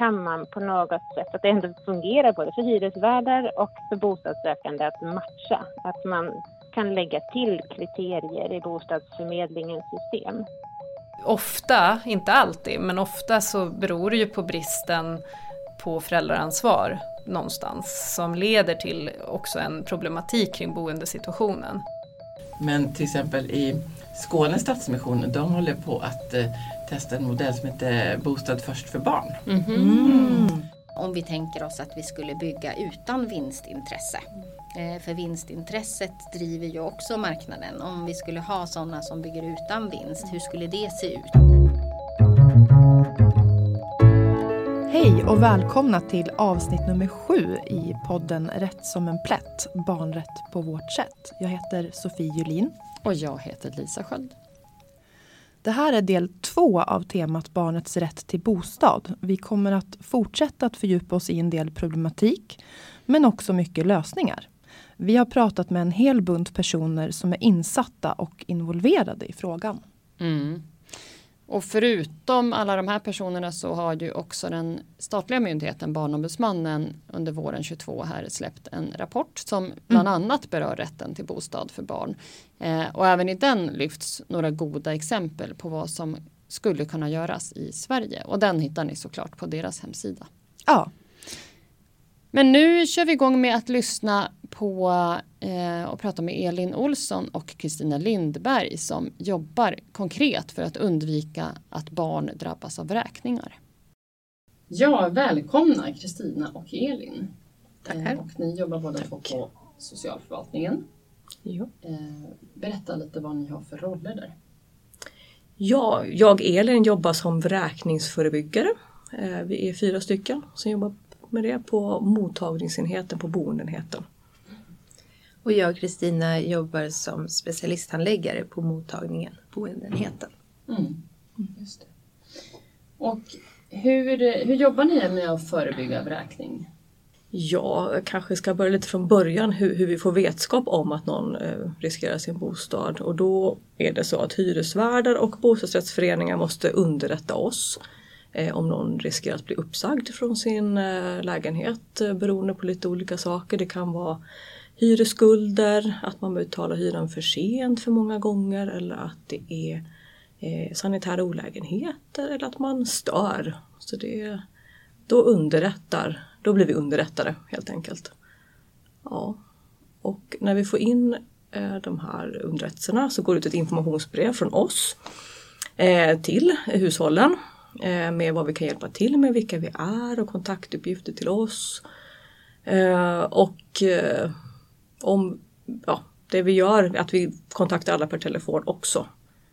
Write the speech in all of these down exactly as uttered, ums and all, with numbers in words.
kan man på något sätt, att det ändå fungerar både för hyresvärdar och för bostadssökande att matcha. Att man kan lägga till kriterier i bostadsförmedlingens system. Ofta, inte alltid, men ofta så beror det ju på bristen på föräldraransvar någonstans som leder till också en problematik kring boendesituationen. Men till exempel i Skånes Stadsmission, de håller på att eh, testa en modell som heter Bostad först för barn. Mm-hmm. Mm. Om vi tänker oss att vi skulle bygga utan vinstintresse. Eh, för vinstintresset driver ju också marknaden. Om vi skulle ha sådana som bygger utan vinst, hur skulle det se ut? Hej och välkomna till avsnitt nummer sju i podden Rätt som en plätt, barnrätt på vårt sätt. Jag heter Sofie Julin. Och jag heter Lisa Sköld. Det här är del två av temat barnets rätt till bostad. Vi kommer att fortsätta att fördjupa oss i en del problematik, men också mycket lösningar. Vi har pratat med en hel bunt personer som är insatta och involverade i frågan. Mm. Och förutom alla de här personerna så har ju också den statliga myndigheten Barnombudsmannen under våren tjugotvå här släppt en rapport som bland mm. annat berör rätten till bostad för barn. Eh, och även i den lyfts några goda exempel på vad som skulle kunna göras i Sverige. Och den hittar ni såklart på deras hemsida. Ja. Men nu kör vi igång med att lyssna på eh, och prata med Elin Olsson och Kristina Lindberg som jobbar konkret för att undvika att barn drabbas av vräkningar. Ja, välkomna Kristina och Elin. Tackar. Eh, och ni jobbar båda två på socialförvaltningen. Jo. Eh, berätta lite vad ni har för roller där. Ja, jag Elin jobbar som vräkningsförebyggare. Eh, vi är fyra stycken som jobbar med det på mottagningsenheten på boendenheten. Och jag Kristina jobbar som specialisthandläggare på mottagningen på boendenheten. Mm. Just det. Och hur, hur jobbar ni med att förebygga vräkning? Ja, jag kanske ska börja lite från början hur, hur vi får vetskap om att någon eh, riskerar sin bostad. Och då är det så att hyresvärdar och bostadsrättsföreningar måste underrätta oss Eh, om någon riskerar att bli uppsagd från sin eh, lägenhet eh, beroende på lite olika saker. Det kan vara hyresskulder, att man betalar hyran för sent för många gånger eller att det är eh, sanitära olägenheter eller att man stör. Så det, då underrättar, då blir vi underrättade helt enkelt. Ja. Och när vi får in eh, de här underrättelserna så går det ut ett informationsbrev från oss eh, till hushållen. Med vad vi kan hjälpa till med, vilka vi är och kontaktuppgifter till oss. Och om ja, det vi gör är att vi kontaktar alla per telefon också.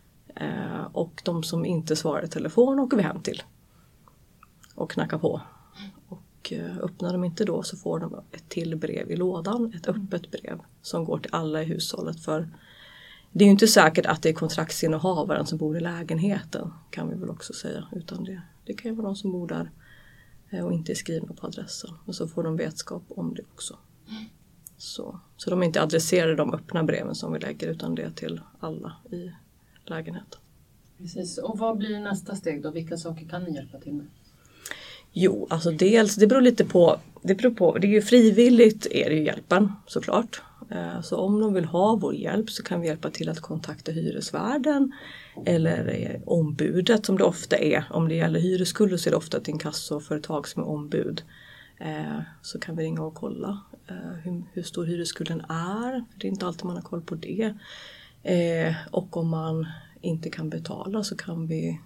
Och de som inte svarar i telefon åker vi hem till och knackar på. Och öppnar de inte då så får de ett till brev i lådan, ett öppet brev som går till alla i hushållet. För det är ju inte säkert att det är kontraktsinnehavaren som bor i lägenheten, kan vi väl också säga. Utan det, det kan ju vara de som bor där och inte är skrivna på adressen. Och så får de vetskap om det också. Så, så de inte adresserar de öppna breven som vi lägger utan det till alla i lägenheten. Precis, och vad blir nästa steg då? Vilka saker kan ni hjälpa till med? Jo, alltså dels, det beror lite på, det beror på, det är ju frivilligt är det ju hjälpen såklart. Så om de vill ha vår hjälp så kan vi hjälpa till att kontakta hyresvärden eller ombudet som det ofta är. Om det gäller hyresskulder så är det ofta ett inkassoföretag som är ombud. Så kan vi ringa och kolla hur, hur stor hyresskulden är. Det är inte alltid man har koll på det. Och om man inte kan betala så kan vi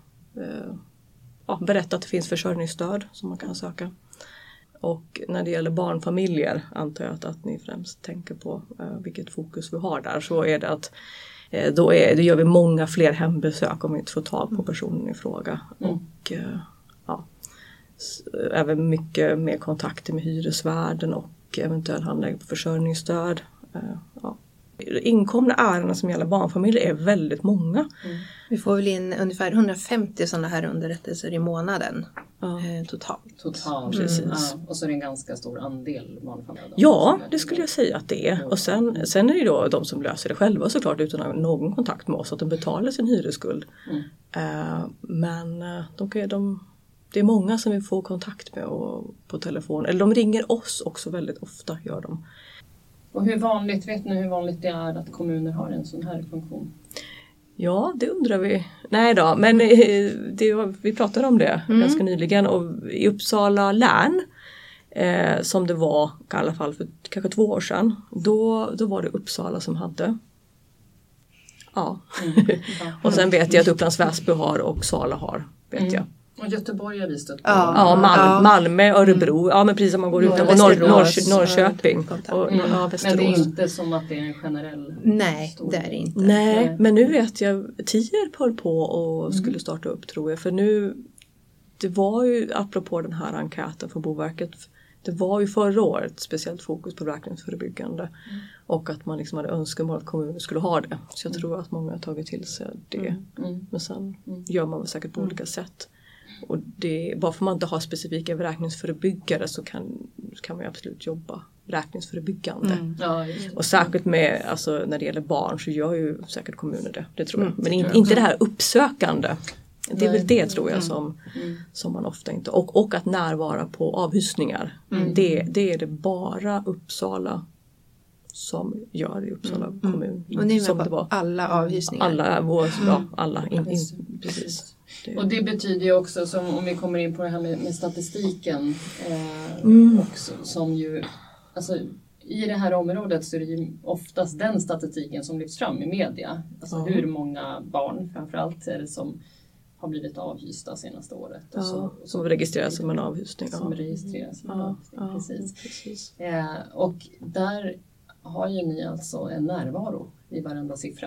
ja, berätta att det finns försörjningsstöd som man kan söka. Och när det gäller barnfamiljer antar jag att, att ni främst tänker på uh, vilket fokus vi har där. Så är det att uh, då, är, då gör vi många fler hembesök om vi inte får tag på personen i fråga. Mm. Och uh, ja, s- även mycket mer kontakter med hyresvärden och eventuell handläggning på försörjningsstöd. Uh, ja. Inkomna ärenden som gäller barnfamiljer är väldigt många. Mm. Vi får väl in ungefär hundrafemtio sådana här underrättelser i månaden ja. eh, totalt. Totalt, precis. Mm. Ja, och så är det en ganska stor andel barnfamiljer. Ja, det skulle jag säga att det är. Och sen, sen är det då de som löser det själva såklart utan någon kontakt med oss. Att de betalar sin hyresskuld. Mm. Uh, men de, kan, de, det är många som vi får kontakt med och, på telefon. Eller de ringer oss också väldigt ofta, gör de. Och hur vanligt, vet ni hur vanligt det är att kommuner har en sån här funktion? Ja, det undrar vi. Nej då, men det, vi pratade om det mm. ganska nyligen. Och i Uppsala län, eh, som det var i alla fall för kanske två år sedan, då, då var det Uppsala som hade. Ja. Mm. Och sen vet jag att Upplands Väsby har och Sala har, vet mm. jag. Och Göteborg har vi stött på. Ja, ja, Mal- Malmö, Örebro. Ja, men precis som man går utan. Och Norr, Norr, Norrköping. Och, mm. ja, men det är inte som att det är en generell... Nej, stor... det är det inte. Nej, Nej, men nu vet jag, Tierp höll på och skulle starta upp, tror jag. För nu, det var ju, apropå den här enkäten från Boverket, det var ju förra året speciellt fokus på vräkningsförebyggande. Mm. Och att man liksom hade önskemål att kommuner skulle ha det. Så jag mm. tror att många har tagit till sig det. Mm. Mm. Men sen mm. gör man väl säkert på mm. olika sätt. Och det, bara för man inte har specifika vräkningsförebyggare så kan, kan man ju absolut jobba vräkningsförebyggande. Mm. Ja, och särskilt med, alltså, när det gäller barn så gör ju säkert kommuner det, det tror jag. Mm, Men in, jag. inte det här uppsökande. Det är väl det tror jag som, mm. som man ofta inte... Och, och att närvara på avhysningar. Mm. Det, det är det bara Uppsala som gör i Uppsala mm. kommun. Och ni är med på alla avhysningar? Alla, vår, ja, alla. In, in, precis. Det. Och det betyder ju också, som om vi kommer in på det här med, med statistiken eh, mm. också, som ju, alltså i det här området så är det ju oftast den statistiken som lyfts fram i media. Alltså ja. hur många barn framförallt är det som har blivit avhysta senaste året. Ja, så, som registreras som en avhysning. Som ja. registreras som ja. en avhysning, ja, precis. precis. Eh, och där har ju ni alltså en närvaro i varenda siffra.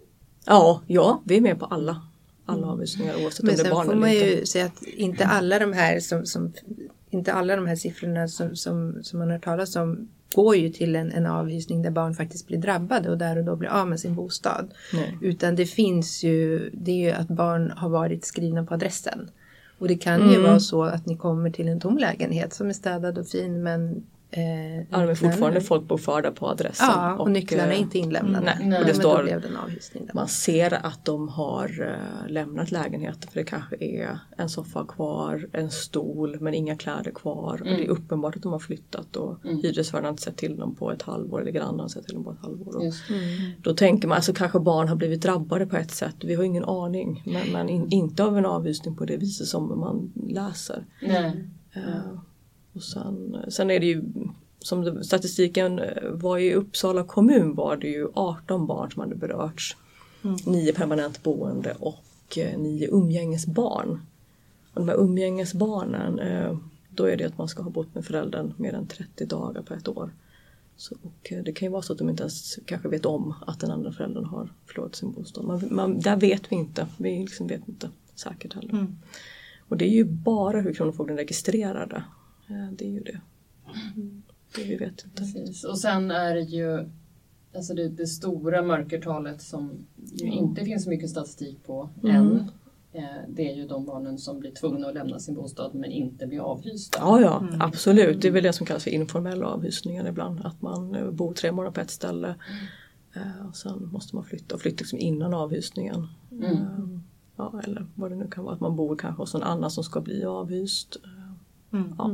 Ja, ja, vi är med på alla. Alla avhysningar oavsett Men om det är barn eller inte. Men sen får man ju säga att inte alla de här som, som inte alla de här siffrorna som, som, som man har talat om går ju till en, en avhysning där barn faktiskt blir drabbade och där och då blir av med sin bostad. Nej. Utan det finns ju, det är ju att barn har varit skrivna på adressen. Och det kan mm. ju vara så att ni kommer till en tom lägenhet som är städad och fin men Eh, ja, de är fortfarande folkbokförda på adressen. Ja, och, och nycklarna är inte inlämnade. Nej, nej. Och det står, blev det en avhysning där. Man ser att de har uh, lämnat lägenheten för det kanske är en soffa kvar, en stol men inga kläder kvar. Mm. Och det är uppenbart att de har flyttat och mm. hyresvärden har inte sett till dem på ett halvår eller grannen har sett till dem på ett halvår. Och mm. Då tänker man alltså kanske barn har blivit drabbade på ett sätt. Vi har ingen aning. Men, men in, inte av en avhysning på det viset som man läser. Nej. Uh, Och sen, sen är det ju, som det, statistiken var i Uppsala kommun var det ju arton barn som hade berörts. Mm. nio permanent boende och eh, nio umgängesbarn. Och de här umgängesbarnen, eh, då är det att man ska ha bott med föräldern mer än trettio dagar på ett år. Så, och eh, det kan ju vara så att de inte ens kanske vet om att den andra föräldern har förlorat sin bostad. Man, man, där vet vi inte, vi liksom vet inte säkert heller. Mm. Och det är ju bara hur Kronofogden registrerar det. Ja, det är ju det. Mm. Det vi vet inte. Precis. Och sen är det ju alltså det, det stora mörkertalet som ju mm. inte finns så mycket statistik på mm. än. Eh, det är ju de barnen som blir tvungna att lämna sin bostad men inte blir avhysta. Ja, ja mm. absolut. Det är väl det som kallas för informella avhysningar ibland. Att man bor tre månader på ett ställe mm. eh, och sen måste man flytta. Och flytta liksom innan avhysningen. Mm. Eh, ja, eller vad det nu kan vara. Att man bor kanske hos någon annan som ska bli avhyst. Mm. Ja.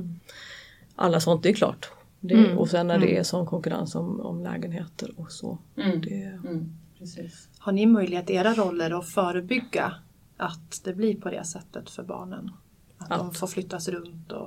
Alla sånt, det är klart. Det, mm. Och sen när det är sån konkurrens om, om lägenheter och så. Mm. Det, mm. Precis. Har ni möjlighet i era roller att förebygga att det blir på det sättet för barnen? Att, att. de får flyttas runt? Och...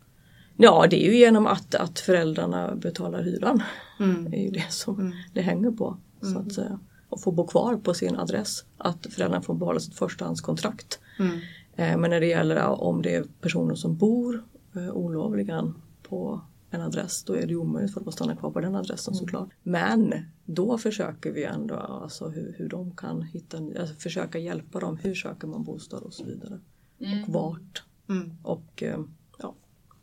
Ja, det är ju genom att, att föräldrarna betalar hyran. Mm. Det är ju det som mm. det hänger på. Mm. Så att säga. Och få bo kvar på sin adress. Att föräldrarna får behålla sitt förstahandskontrakt. Mm. Men när det gäller om det är personer som bor eh, olovligen på en adress, då är det omöjligt för att stanna kvar på den adressen mm. såklart. Men då försöker vi ändå alltså, hur, hur de kan hitta, alltså, försöka hjälpa dem, hur söker man bostad och så vidare. Mm. Och vart. Mm. Och eh, ja,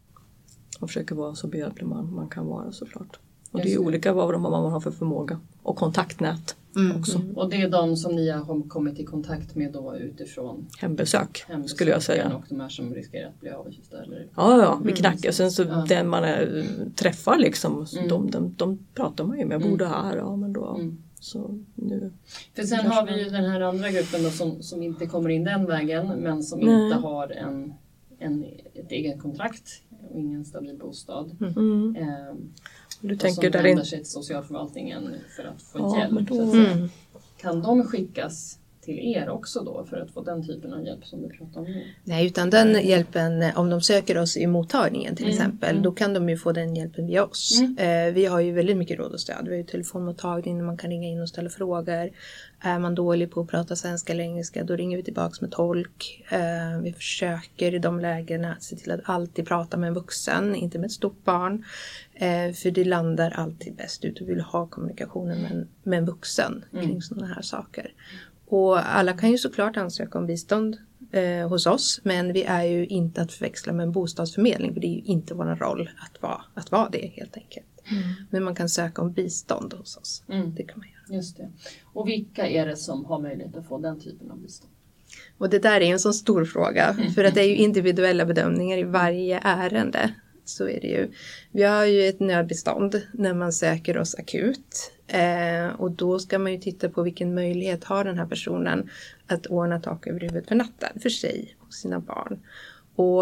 man försöker vara så behjälplig man, man kan vara såklart. Och det är olika vad man har för förmåga. Och kontaktnät mm. också. Mm. Och det är de som ni har kommit i kontakt med då utifrån hembesök, hembesök skulle jag säga. Och de här som riskerar att bli avhysta? Eller? Ja, ja, vi knackar. Mm. Sen så ja. den man är, träffar liksom, mm. de, de, de pratar man ju med. Jag bor mm. här, ja men då... Mm. Så nu. För sen har vi ju den här andra gruppen då, som, som inte kommer in den vägen men som Nej. inte har en en, ett eget kontrakt och ingen stabil bostad. Mm. Eh, du och tänker som där vänder in... sig till socialförvaltningen för att få Ja, hjälp. då... Så att säga. Mm. Kan de skickas till er också då för att få den typen av hjälp som du pratar om nu? Nej, utan den hjälpen, om de söker oss i mottagningen till Mm, exempel, mm. då kan de ju få den hjälpen via oss. Mm. Eh, vi har ju väldigt mycket råd och stöd. Vi har ju telefonmottagning där man kan ringa in och ställa frågor. Är man dålig på att prata svenska eller engelska, då ringer vi tillbaka med tolk. Eh, vi försöker i de lägena att se till att alltid prata med en vuxen, inte med ett stort barn. Eh, för det landar alltid bäst ut och vill ha kommunikationen med en, med en vuxen kring Mm. sådana här saker. Och alla kan ju såklart ansöka om bistånd eh, hos oss. Men vi är ju inte att förväxla med en bostadsförmedling. För det är ju inte vår roll att vara, att vara det helt enkelt. Mm. Men man kan söka om bistånd hos oss. Mm. Det kan man göra. Just det. Och vilka är det som har möjlighet att få den typen av bistånd? Och det där är en sån stor fråga. Mm. För att det är ju individuella bedömningar i varje ärende. Så är det ju. Vi har ju ett nödbistånd när man söker oss akut. Eh, och då ska man ju titta på vilken möjlighet har den här personen att ordna tak över huvudet för natten. För sig och sina barn. Och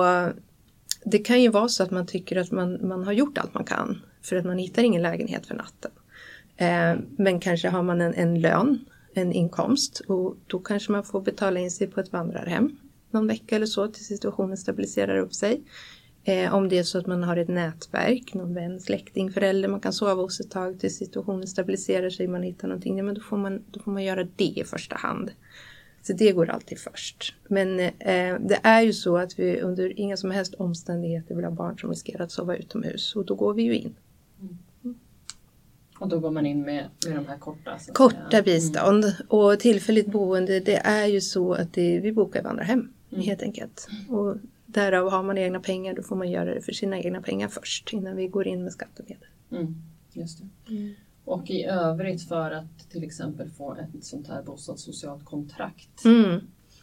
det kan ju vara så att man tycker att man, man har gjort allt man kan. För att man hittar ingen lägenhet för natten. Eh, men kanske har man en, en lön, en inkomst. Och då kanske man får betala in sig på ett vandrarhem någon vecka eller så till situationen stabiliserar upp sig. Eh, om det är så att man har ett nätverk, någon vän, släkting, förälder, man kan sova hos ett tag till situationen stabiliserar sig, man hittar någonting, ja, men då får man, då får man göra det i första hand. Så det går alltid först. Men eh, det är ju så att vi under inga som helst omständigheter vill ha barn som riskerar att sova utomhus. Och då går vi ju in. Mm. Och då går man in med, med de här korta? Så Korta säga. bistånd. Mm. Och tillfälligt boende, det är ju så att det, vi bokar vandrarhem mm. helt enkelt. Och därav har man egna pengar, då får man göra det för sina egna pengar först. Innan vi går in med skattemedel. Mm. Just det. Mm. Och i övrigt för att till exempel få ett sånt här bostadssocialt kontrakt. Mm.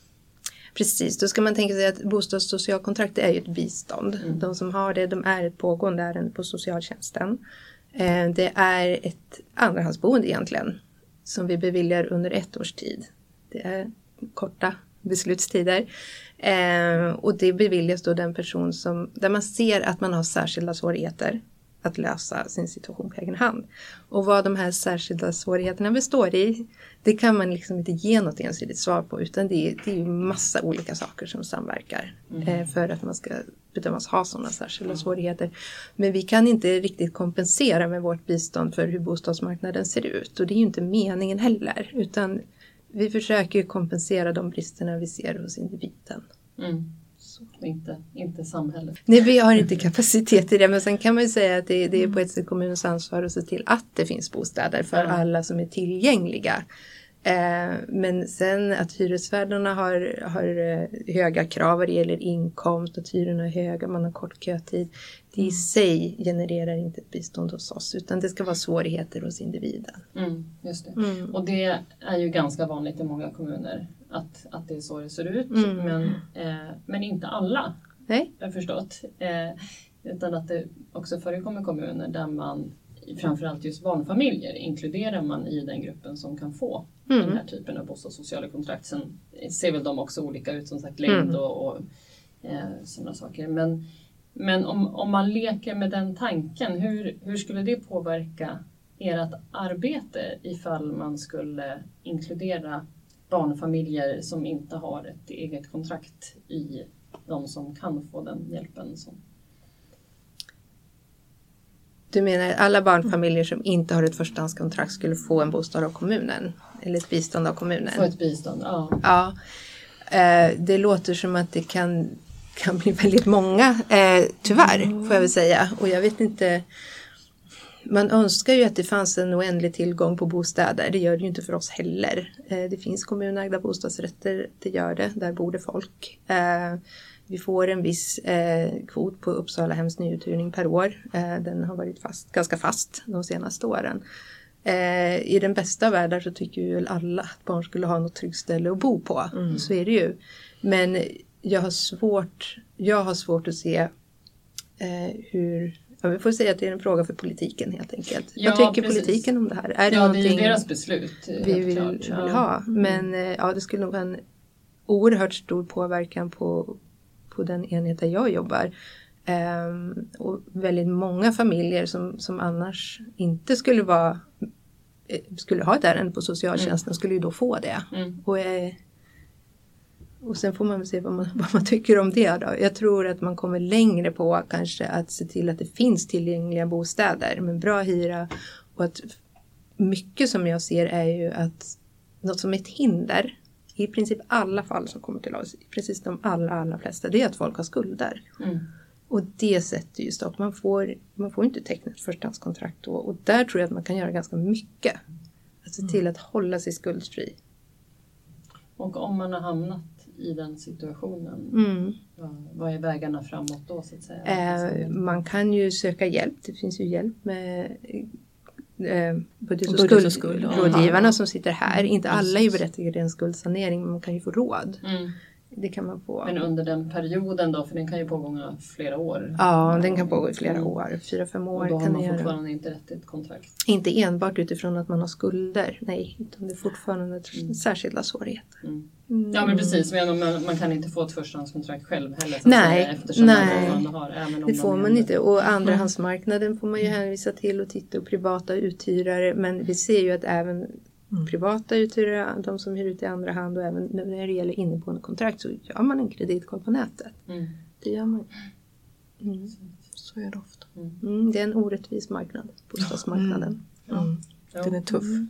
Precis, då ska man tänka sig att bostadssocialt kontrakt är ju ett bistånd. Mm. De som har det, de är ett pågående ärende på socialtjänsten. Eh, det är ett andrahandsboende egentligen. Som vi beviljar under ett års tid. Det är korta beslutstider. Eh, och det beviljas då den person som, där man ser att man har särskilda svårigheter att lösa sin situation på egen hand. Och vad de här särskilda svårigheterna består i, det kan man liksom inte ge något ensidigt svar på, utan det är, det är ju massa olika saker som samverkar mm. eh, för att man ska bedömas ha sådana särskilda mm. svårigheter. Men vi kan inte riktigt kompensera med vårt bistånd för hur bostadsmarknaden ser ut, och det är ju inte meningen heller, utan vi försöker ju kompensera de bristerna vi ser hos individen. Mm. Inte, inte samhället. Nej, vi har inte kapacitet i det, men sen kan man ju säga att det, det är på ett sätt kommunens ansvar att se till att det finns bostäder för mm. alla som är tillgängliga. Eh, men sen att hyresvärdarna har, har höga krav vad det gäller inkomst, att hyrorna är höga, man har kort kötid. Det i sig genererar inte ett bistånd hos oss, utan det ska vara svårigheter hos individen. Mm, just det. Mm. Och det är ju ganska vanligt i många kommuner att, att det är så det ser ut. Mm. Men, eh, men inte alla, Nej. jag har förstått. Eh, utan att det också förekommer kommuner där man, framförallt just barnfamiljer, inkluderar man i den gruppen som kan få mm. den här typen av bostadssociala kontrakt. Sen ser väl de också olika ut, som sagt, längd Mm. och, och eh, sådana saker. Men, men om, om man leker med den tanken, hur, hur skulle det påverka ert arbete ifall man skulle inkludera barnfamiljer som inte har ett eget kontrakt i de som kan få den hjälpen? Som... Du menar att alla barnfamiljer som inte har ett förstahandskontrakt skulle få en bostad av kommunen? Eller ett bistånd av kommunen? Få ett bistånd, ja. Ja, eh, det låter som att det kan, kan bli väldigt många, eh, tyvärr mm. får jag väl säga. Och jag vet inte, man önskar ju att det fanns en oändlig tillgång på bostäder. Det gör det ju inte för oss heller. Eh, det finns kommunägda bostadsrätter, det gör det, där bor det folk. Eh, Vi får en viss eh, kvot på Uppsala hems nyuthyrning per år. Eh, den har varit fast, ganska fast de senaste åren. Eh, I den bästa världen så tycker ju alla att barn skulle ha något tryggt ställe att bo på. Mm. Så är det ju. Men jag har svårt, jag har svårt att se eh, hur... Ja, vi får säga att det är en fråga för politiken helt enkelt. Ja, vad tycker precis. politiken om det här? Är det ja, det är ju någonting deras beslut. vi vill, klart, vill ja. ha? Men eh, ja, det skulle nog ha en oerhört stor påverkan på på den enhet där jag jobbar. Um, och väldigt många familjer som, som annars inte skulle vara skulle ha ett ärende på socialtjänsten mm. skulle ju då få det. Mm. Och, eh, och sen får man väl se vad man, vad man tycker om det då. Jag tror att man kommer längre på kanske att se till att det finns tillgängliga bostäder med bra hyra. Och att mycket som jag ser är ju att något som är ett hinder i princip alla fall som kommer till oss, precis de allra, allra flesta, det är att folk har skulder. Mm. Och det sätter ju stopp. Man får, man får inte teckna ett förstahandskontrakt då. Och där tror jag att man kan göra ganska mycket. Att se till mm. att hålla sig skuldfri. Och om man har hamnat i den situationen, mm. vad, vad är vägarna framåt då så att säga? Eh, man kan ju söka hjälp. Det finns ju hjälp med eh, budget- och, budget och skuldrådgivarna som sitter här. Inte alla är ju berättigade till en skuldsanering, men man kan ju få råd. Mm. Det kan man få. Men under den perioden då, för den kan ju pågå flera år. Ja, den kan pågå i flera mm. år. Fyra, fem år. Och då har kan man göra. fortfarande inte rätt till ett kontrakt. Inte enbart utifrån att man har skulder. Nej, utan det är fortfarande mm. särskilda svårigheter. Mm. Mm. Ja, men precis. Men man, man kan inte få ett förstahandskontrakt själv heller. Nej, säga, eftersom nej. Man har, även om det får man inte. Och andrahandsmarknaden får man ju hänvisa till och titta på privata uthyrare. Men vi ser ju att även Mm. privata uthyrare, de som hyr ut i andra hand och även när det gäller inneboende kontrakt så gör man en kreditkoll på nätet. Mm. Det gör man. Mm. Så är det ofta. Mm. Mm, det är en orättvis marknad, bostadsmarknaden. Mm. Mm. Ja. Den är tuff. Mm.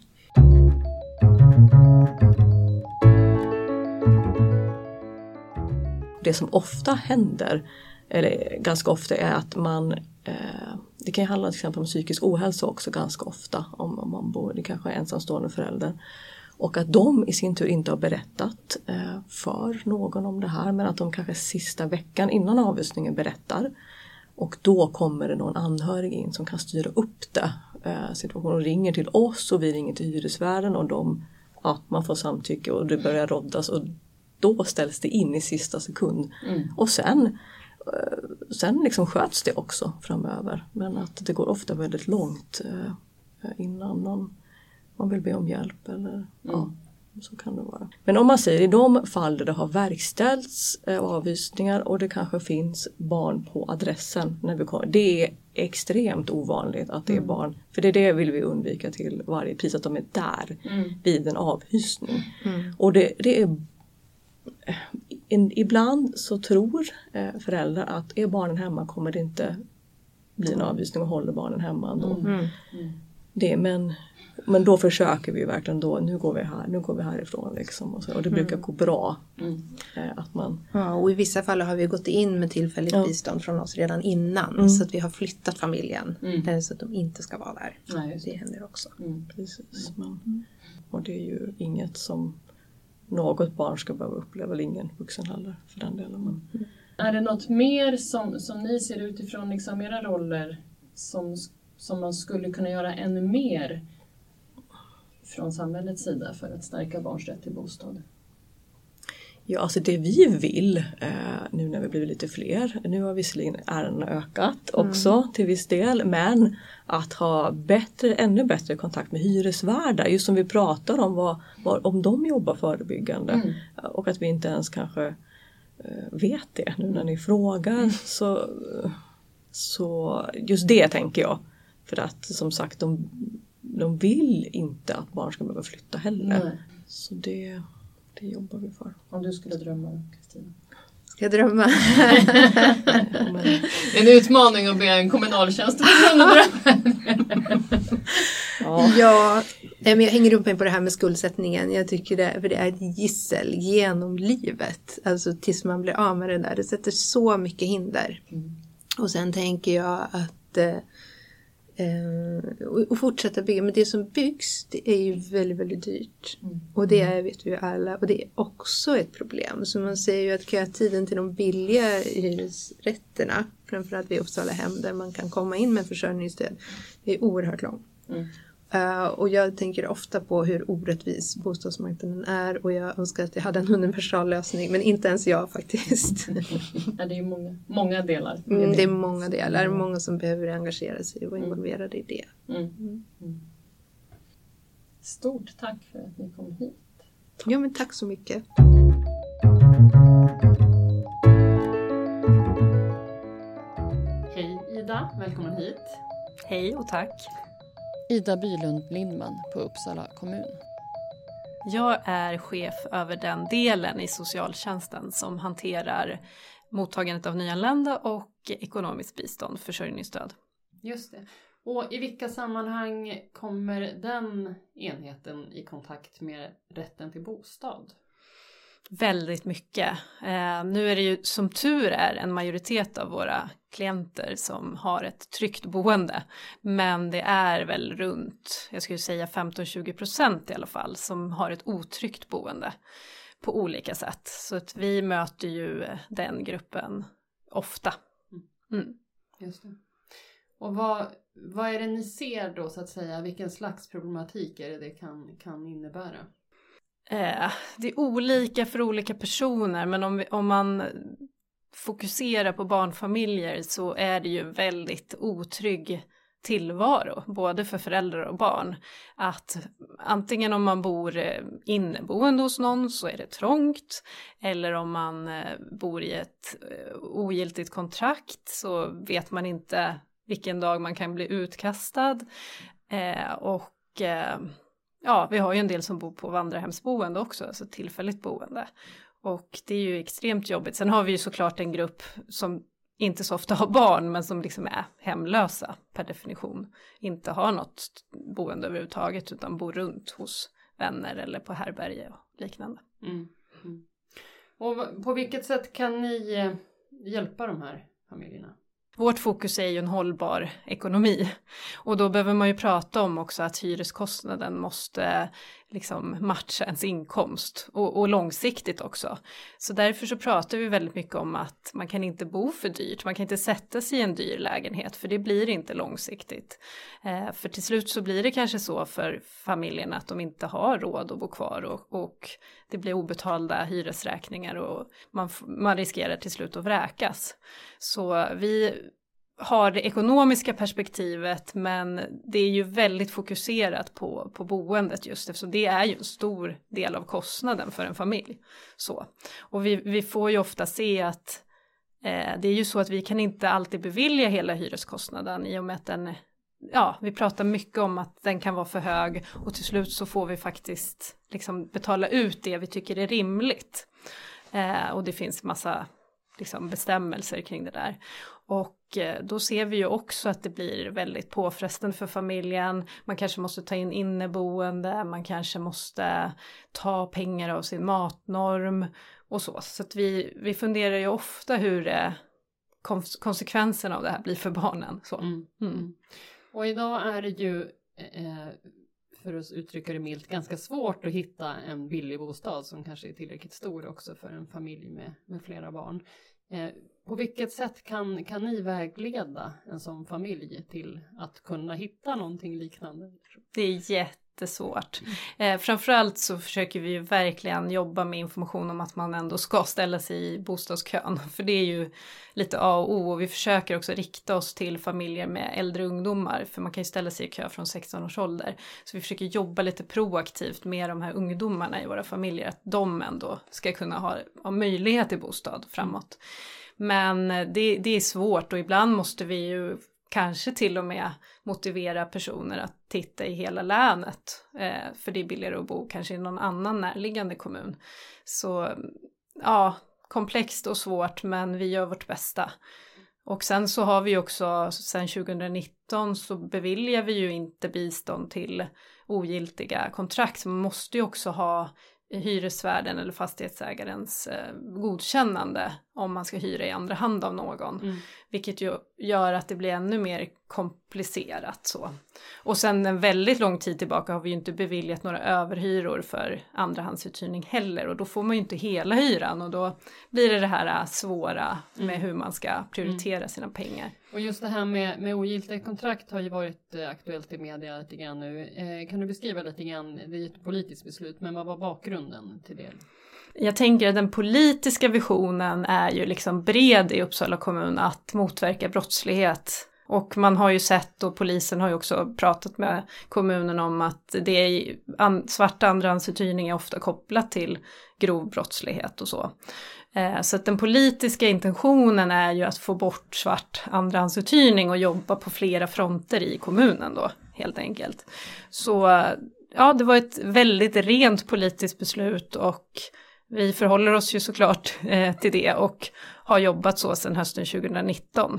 Det som ofta händer, eller ganska ofta, är att man eh, det kan ju handla till exempel om psykisk ohälsa också ganska ofta om, om man bor, det kanske är ensamstående förälder. Och att de i sin tur inte har berättat eh, för någon om det här, men att de kanske sista veckan innan avhysningen berättar. Och då kommer det någon anhörig in som kan styra upp det. Eh, situationen ringer till oss och vi ringer till hyresvärden och de, ja, man får samtycke och det börjar roddas och då ställs det in i sista sekund. Mm. Och sen Sen liksom sköts det också framöver. Men att det går ofta väldigt långt eh, innan någon, man vill be om hjälp. Eller, mm. ja, så kan det vara. Men om man säger i de fall där det har verkställts eh, avhysningar och det kanske finns barn på adressen. När vi kommer, det är extremt ovanligt att det är mm. barn. För det är det vill vi undvika till varje pris. Att de är där mm. vid en avhysning. Mm. Och det, det är... Ibland så tror föräldrar att är barnen hemma kommer det inte bli en avhysning och håller barnen hemma ändå. Mm. Mm. Det, men, men då försöker vi verkligen då, nu går vi här, nu går vi härifrån liksom. Och, så, och det brukar gå bra. Mm. Att man... Ja, och i vissa fall har vi gått in med tillfälligt ja. bistånd från oss redan innan. Mm. Så att vi har flyttat familjen. Mm. Så att de inte ska vara där. Nej, det händer också. Mm. Precis. Men, och det är ju inget som något barn ska behöva uppleva, eller ingen vuxen heller för den delen. Men... Är det något mer som, som ni ser utifrån liksom era roller som, som man skulle kunna göra ännu mer från samhällets sida för att stärka barns rätt till bostad? Ja, alltså det vi vill, eh, nu när vi blivit lite fler, nu har visserligen ärendena ökat också mm. till viss del, men att ha bättre, ännu bättre kontakt med hyresvärdar, just som vi pratar om, vad, vad, om de jobbar förebyggande mm. och att vi inte ens kanske eh, vet det nu när ni frågar, mm. så, så just det tänker jag, för att som sagt de, de vill inte att barn ska behöva flytta heller, mm. så det... Det jobbar vi för. Om du skulle drömma, Kristina? Ska jag drömma? En utmaning att be en kommunaltjänsteperson att drömma. Ja, ja men jag hänger upp mig på det här med skuldsättningen. Jag tycker det, för det är ett gissel genom livet. Alltså tills man blir av med det där. Det sätter så mycket hinder. Mm. Och sen tänker jag att... Eh, och fortsätta bygga, men det som byggs det är ju väldigt, väldigt dyrt mm. och det är, vet vi ju alla, och det är också ett problem, så man ser ju att kötiden till de billiga hyresrätterna, framförallt vid Uppsala hem där man kan komma in med försörjningsstöd, är oerhört lång. Mm. Uh, och jag tänker ofta på hur orättvis bostadsmarknaden är, och jag önskar att jag hade en universal lösning, men inte ens jag faktiskt. Ja, det är många, många delar. Mm, det är många delar, många som behöver engagera sig och vara involverade i det. Mm. Mm. Mm. Stort tack för att ni kom hit. Ja, men tack så mycket. Ida, välkommen hit. Hej och tack. Ida Bylund Lindman på Uppsala kommun. Jag är chef över den delen i socialtjänsten som hanterar mottagandet av nyanlända och ekonomiskt bistånd, försörjningsstöd. Just det. Och i vilka sammanhang kommer den enheten i kontakt med rätten till bostad? Väldigt mycket. Eh, nu är det ju som tur är en majoritet av våra klienter som har ett tryggt boende. Men det är väl runt, jag skulle säga femton till tjugo procent i alla fall, som har ett otryggt boende på olika sätt. Så att vi möter ju den gruppen ofta. Mm. Just det. Och vad, vad är det ni ser då så att säga, vilken slags problematik är det det kan, kan innebära? Eh, det är olika för olika personer, men om, vi, om man fokuserar på barnfamiljer så är det ju väldigt otrygg tillvaro, både för föräldrar och barn. Att antingen om man bor inneboende hos någon så är det trångt, eller om man bor i ett ogiltigt kontrakt så vet man inte vilken dag man kan bli utkastad. Eh, och eh, ja, vi har ju en del som bor på vandrarhemsboende också, alltså tillfälligt boende. Och det är ju extremt jobbigt. Sen har vi ju såklart en grupp som inte så ofta har barn men som liksom är hemlösa per definition. Inte har något boende överhuvudtaget utan bor runt hos vänner eller på härbärge och liknande. Mm. Mm. Och på vilket sätt kan ni hjälpa de här familjerna? Vårt fokus är ju en hållbar ekonomi och då behöver man ju prata om också att hyreskostnaden måste liksom matcha ens inkomst och, och långsiktigt också. Så därför så pratar vi väldigt mycket om att man kan inte bo för dyrt, man kan inte sätta sig i en dyr lägenhet för det blir inte långsiktigt. Eh, för till slut så blir det kanske så för familjen att de inte har råd att bo kvar och, och det blir obetalda hyresräkningar och man, man riskerar till slut att vräkas. Så vi har det ekonomiska perspektivet men det är ju väldigt fokuserat på, på boendet just eftersom det är ju en stor del av kostnaden för en familj. Så. Och vi, vi får ju ofta se att eh, det är ju så att vi kan inte alltid bevilja hela hyreskostnaden i och med att den, ja, vi pratar mycket om att den kan vara för hög och till slut så får vi faktiskt liksom betala ut det vi tycker är rimligt. Eh, och det finns massa liksom bestämmelser kring det där. Och eh, då ser vi ju också att det blir väldigt påfrestande för familjen. Man kanske måste ta in inneboende, man kanske måste ta pengar av sin matnorm och så. Så att vi, vi funderar ju ofta hur eh, kons- konsekvenserna av det här blir för barnen. Så. Mm. Mm. Och idag är det ju, eh, för att uttrycka det milt, ganska svårt att hitta en billig bostad som kanske är tillräckligt stor också för en familj med, med flera barn. Eh, på vilket sätt kan, kan ni vägleda en sån familj till att kunna hitta någonting liknande? Det är jättesvårt. Eh, framförallt så försöker vi ju verkligen jobba med information om att man ändå ska ställa sig i bostadskön. För det är ju lite A och O och vi försöker också rikta oss till familjer med äldre ungdomar. För man kan ju ställa sig i kö från sexton års ålder. Så vi försöker jobba lite proaktivt med de här ungdomarna i våra familjer. Att de ändå ska kunna ha, ha möjlighet till bostad framåt. Men det, det är svårt och ibland måste vi ju kanske till och med motivera personer att titta i hela länet. Eh, för det är billigare att bo kanske i någon annan närliggande kommun. Så ja, komplext och svårt men vi gör vårt bästa. Och sen så har vi också, sen tjugonitton så beviljar vi ju inte bistånd till ogiltiga kontrakt. Så man måste ju också ha hyresvärden eller fastighetsägarens eh, godkännande om man ska hyra i andra hand av någon. Mm. Vilket ju gör att det blir ännu mer komplicerat så. Och sen en väldigt lång tid tillbaka har vi ju inte beviljat några överhyror för andrahandsuthyrning heller. Och då får man ju inte hela hyran och då blir det det här svåra med mm. hur man ska prioritera mm. sina pengar. Och just det här med, med ogiltiga kontrakt har ju varit eh, aktuellt i media lite grann nu. Eh, kan du beskriva lite grann, det är ett politiskt beslut, men vad var bakgrunden till det? Jag tänker att den politiska visionen är ju liksom bred i Uppsala kommun att motverka brottslighet. Och man har ju sett och polisen har ju också pratat med kommunen om att det är an, svarta andrahandsuthyrning är ofta kopplat till grov brottslighet och så. Så att den politiska intentionen är ju att få bort svart andrahandsuthyrning och jobba på flera fronter i kommunen då, helt enkelt. Så ja, det var ett väldigt rent politiskt beslut och vi förhåller oss ju såklart eh, till det och har jobbat så sedan hösten tjugonitton.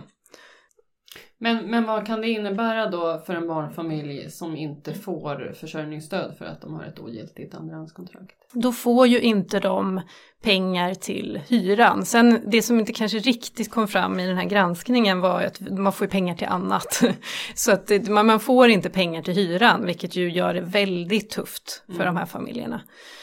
Men, men vad kan det innebära då för en barnfamilj som inte får försörjningsstöd för att de har ett ogiltigt andrahandskontrakt? Då får ju inte de pengar till hyran. Sen det som inte kanske riktigt kom fram i den här granskningen var att man får pengar till annat. Så att det, man, man får inte pengar till hyran, vilket ju gör det väldigt tufft för mm. de här familjerna.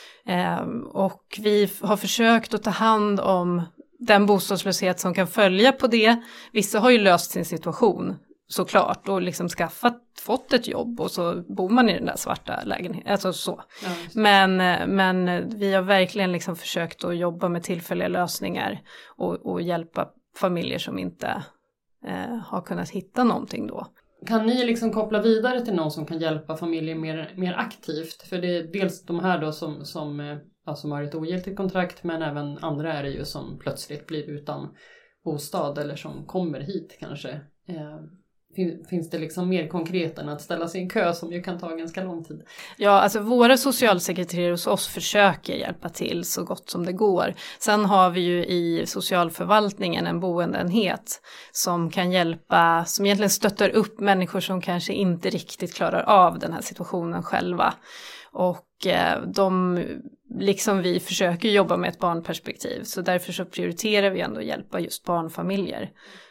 Um, och vi har försökt att ta hand om den bostadslöshet som kan följa på det. Vissa har ju löst sin situation såklart och liksom skaffat, fått ett jobb och så bor man i den där svarta lägenheten. Alltså så. Ja, men, men vi har verkligen liksom försökt att jobba med tillfälliga lösningar och, och hjälpa familjer som inte eh, har kunnat hitta någonting då. Kan ni liksom koppla vidare till någon som kan hjälpa familjer mer, mer aktivt? För det är dels de här då som, som, ja, som har ett ogiltigt kontrakt, men även andra är det ju som plötsligt blir utan bostad eller som kommer hit kanske. Eh, finns det liksom mer konkret än att ställa sig i en kö som ju kan ta ganska lång tid? Ja, alltså våra socialsekreterare hos oss försöker hjälpa till så gott som det går. Sen har vi ju i socialförvaltningen en boendeenhet som kan hjälpa, som egentligen stöttar upp människor som kanske inte riktigt klarar av den här situationen själva. Och eh, de, liksom vi, försöker jobba med ett barnperspektiv. Så därför så prioriterar vi ändå att hjälpa just barnfamiljer.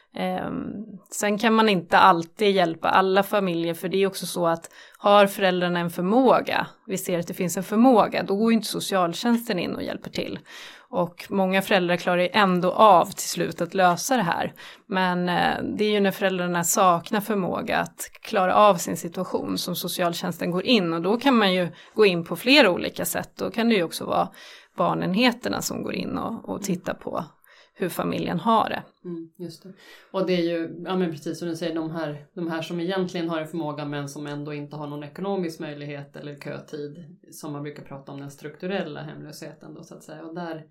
Um, sen kan man inte alltid hjälpa alla familjer, för det är också så att har föräldrarna en förmåga, vi ser att det finns en förmåga, då går ju inte socialtjänsten in och hjälper till. Och många föräldrar klarar ju ändå av till slut att lösa det här. Men uh, det är ju när föräldrarna saknar förmåga att klara av sin situation som socialtjänsten går in, och då kan man ju gå in på flera olika sätt. Då kan det ju också vara barnenheterna som går in och, och tittar på hur familjen har det. Mm, just det. Och det är ju, ja men precis som du säger, de här, de här som egentligen har en förmåga men som ändå inte har någon ekonomisk möjlighet eller kötid, som man brukar prata om den strukturella hemlösheten då så att säga. Och där,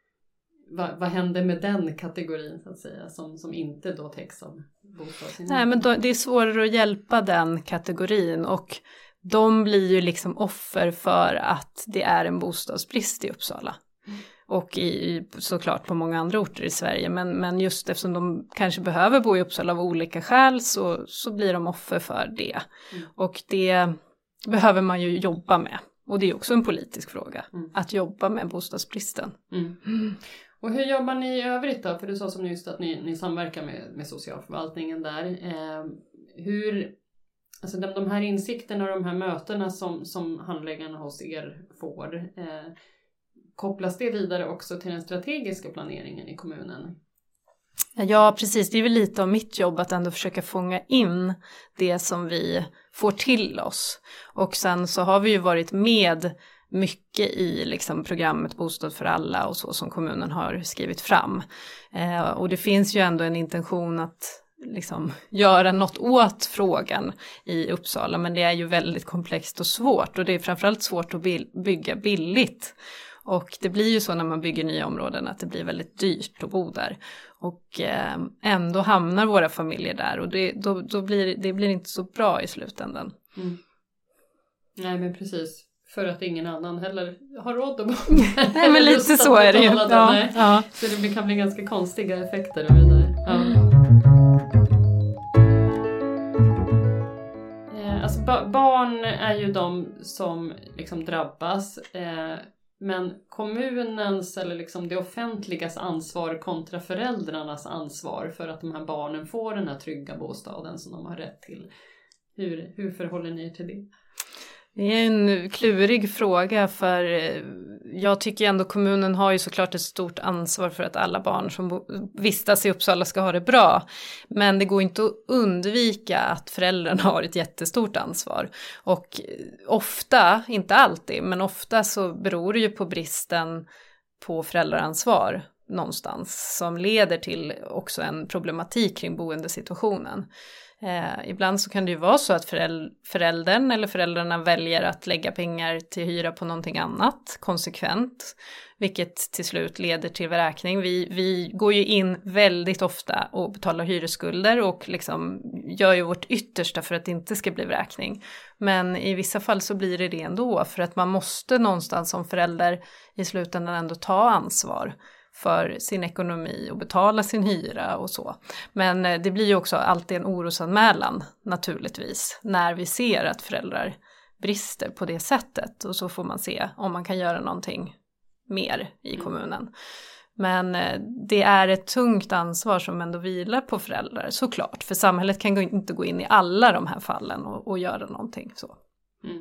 vad, vad händer med den kategorin så att säga, som, som inte då täcks av bostadsinrättning? Nej, men då, det är svårare att hjälpa den kategorin, och de blir ju liksom offer för att det är en bostadsbrist i Uppsala. Mm. Och i, såklart på många andra orter i Sverige. Men, men just eftersom de kanske behöver bo i Uppsala av olika skäl så, så blir de offer för det. Mm. Och det behöver man ju jobba med. Och det är också en politisk fråga. Mm. Att jobba med bostadsbristen. Mm. Mm. Och hur jobbar ni i övrigt då? För du sa som just att ni, ni samverkar med, med socialförvaltningen där. Eh, hur, alltså de, de här insikterna och de här mötena som, som handläggarna hos er får... Eh, kopplas det vidare också till den strategiska planeringen i kommunen? Ja, precis. Det är väl lite av mitt jobb att ändå försöka fånga in det som vi får till oss. Och sen så har vi ju varit med mycket i liksom programmet Bostad för alla och så som kommunen har skrivit fram. Eh, och det finns ju ändå en intention att liksom göra något åt frågan i Uppsala, men det är ju väldigt komplext och svårt, och det är framförallt svårt att bygga billigt. Och det blir ju så när man bygger nya områden att det blir väldigt dyrt att bo där. Och eh, ändå hamnar våra familjer där. Och det, då, då blir, det blir inte så bra i slutändan. Mm. Nej, men precis. För att ingen annan heller har råd att bo. Nej, men lite så är det ju. Ja, ja. Så det kan bli ganska konstiga effekter av det där. Ja. Eh, alltså ba- barn är ju de som liksom drabbas. Eh, Men kommunens eller liksom det offentligas ansvar kontra föräldrarnas ansvar för att de här barnen får den här trygga bostaden som de har rätt till. Hur, hur förhåller ni er till det? Det är en klurig fråga, för jag tycker ändå kommunen har ju såklart ett stort ansvar för att alla barn som vistas i Uppsala ska ha det bra. Men det går inte att undvika att föräldrarna har ett jättestort ansvar. Och ofta, inte alltid, men ofta så beror det ju på bristen på föräldraransvar. någonstans som leder till också en problematik kring boendesituationen. Eh, ibland så kan det ju vara så att föräld- föräldern eller föräldrarna väljer att lägga pengar till hyra på någonting annat konsekvent, vilket till slut leder till vräkning. Vi, vi går ju in väldigt ofta och betalar hyresskulder och liksom gör ju vårt yttersta för att det inte ska bli vräkning. Men i vissa fall så blir det det ändå, för att man måste någonstans som förälder i slutändan ändå ta ansvar för sin ekonomi och betala sin hyra och så. Men det blir ju också alltid en orosanmälan naturligtvis när vi ser att föräldrar brister på det sättet, och så får man se om man kan göra någonting mer i kommunen. Men det är ett tungt ansvar som ändå vilar på föräldrar, såklart, för samhället kan inte gå in i alla de här fallen och, och göra någonting så. Mm.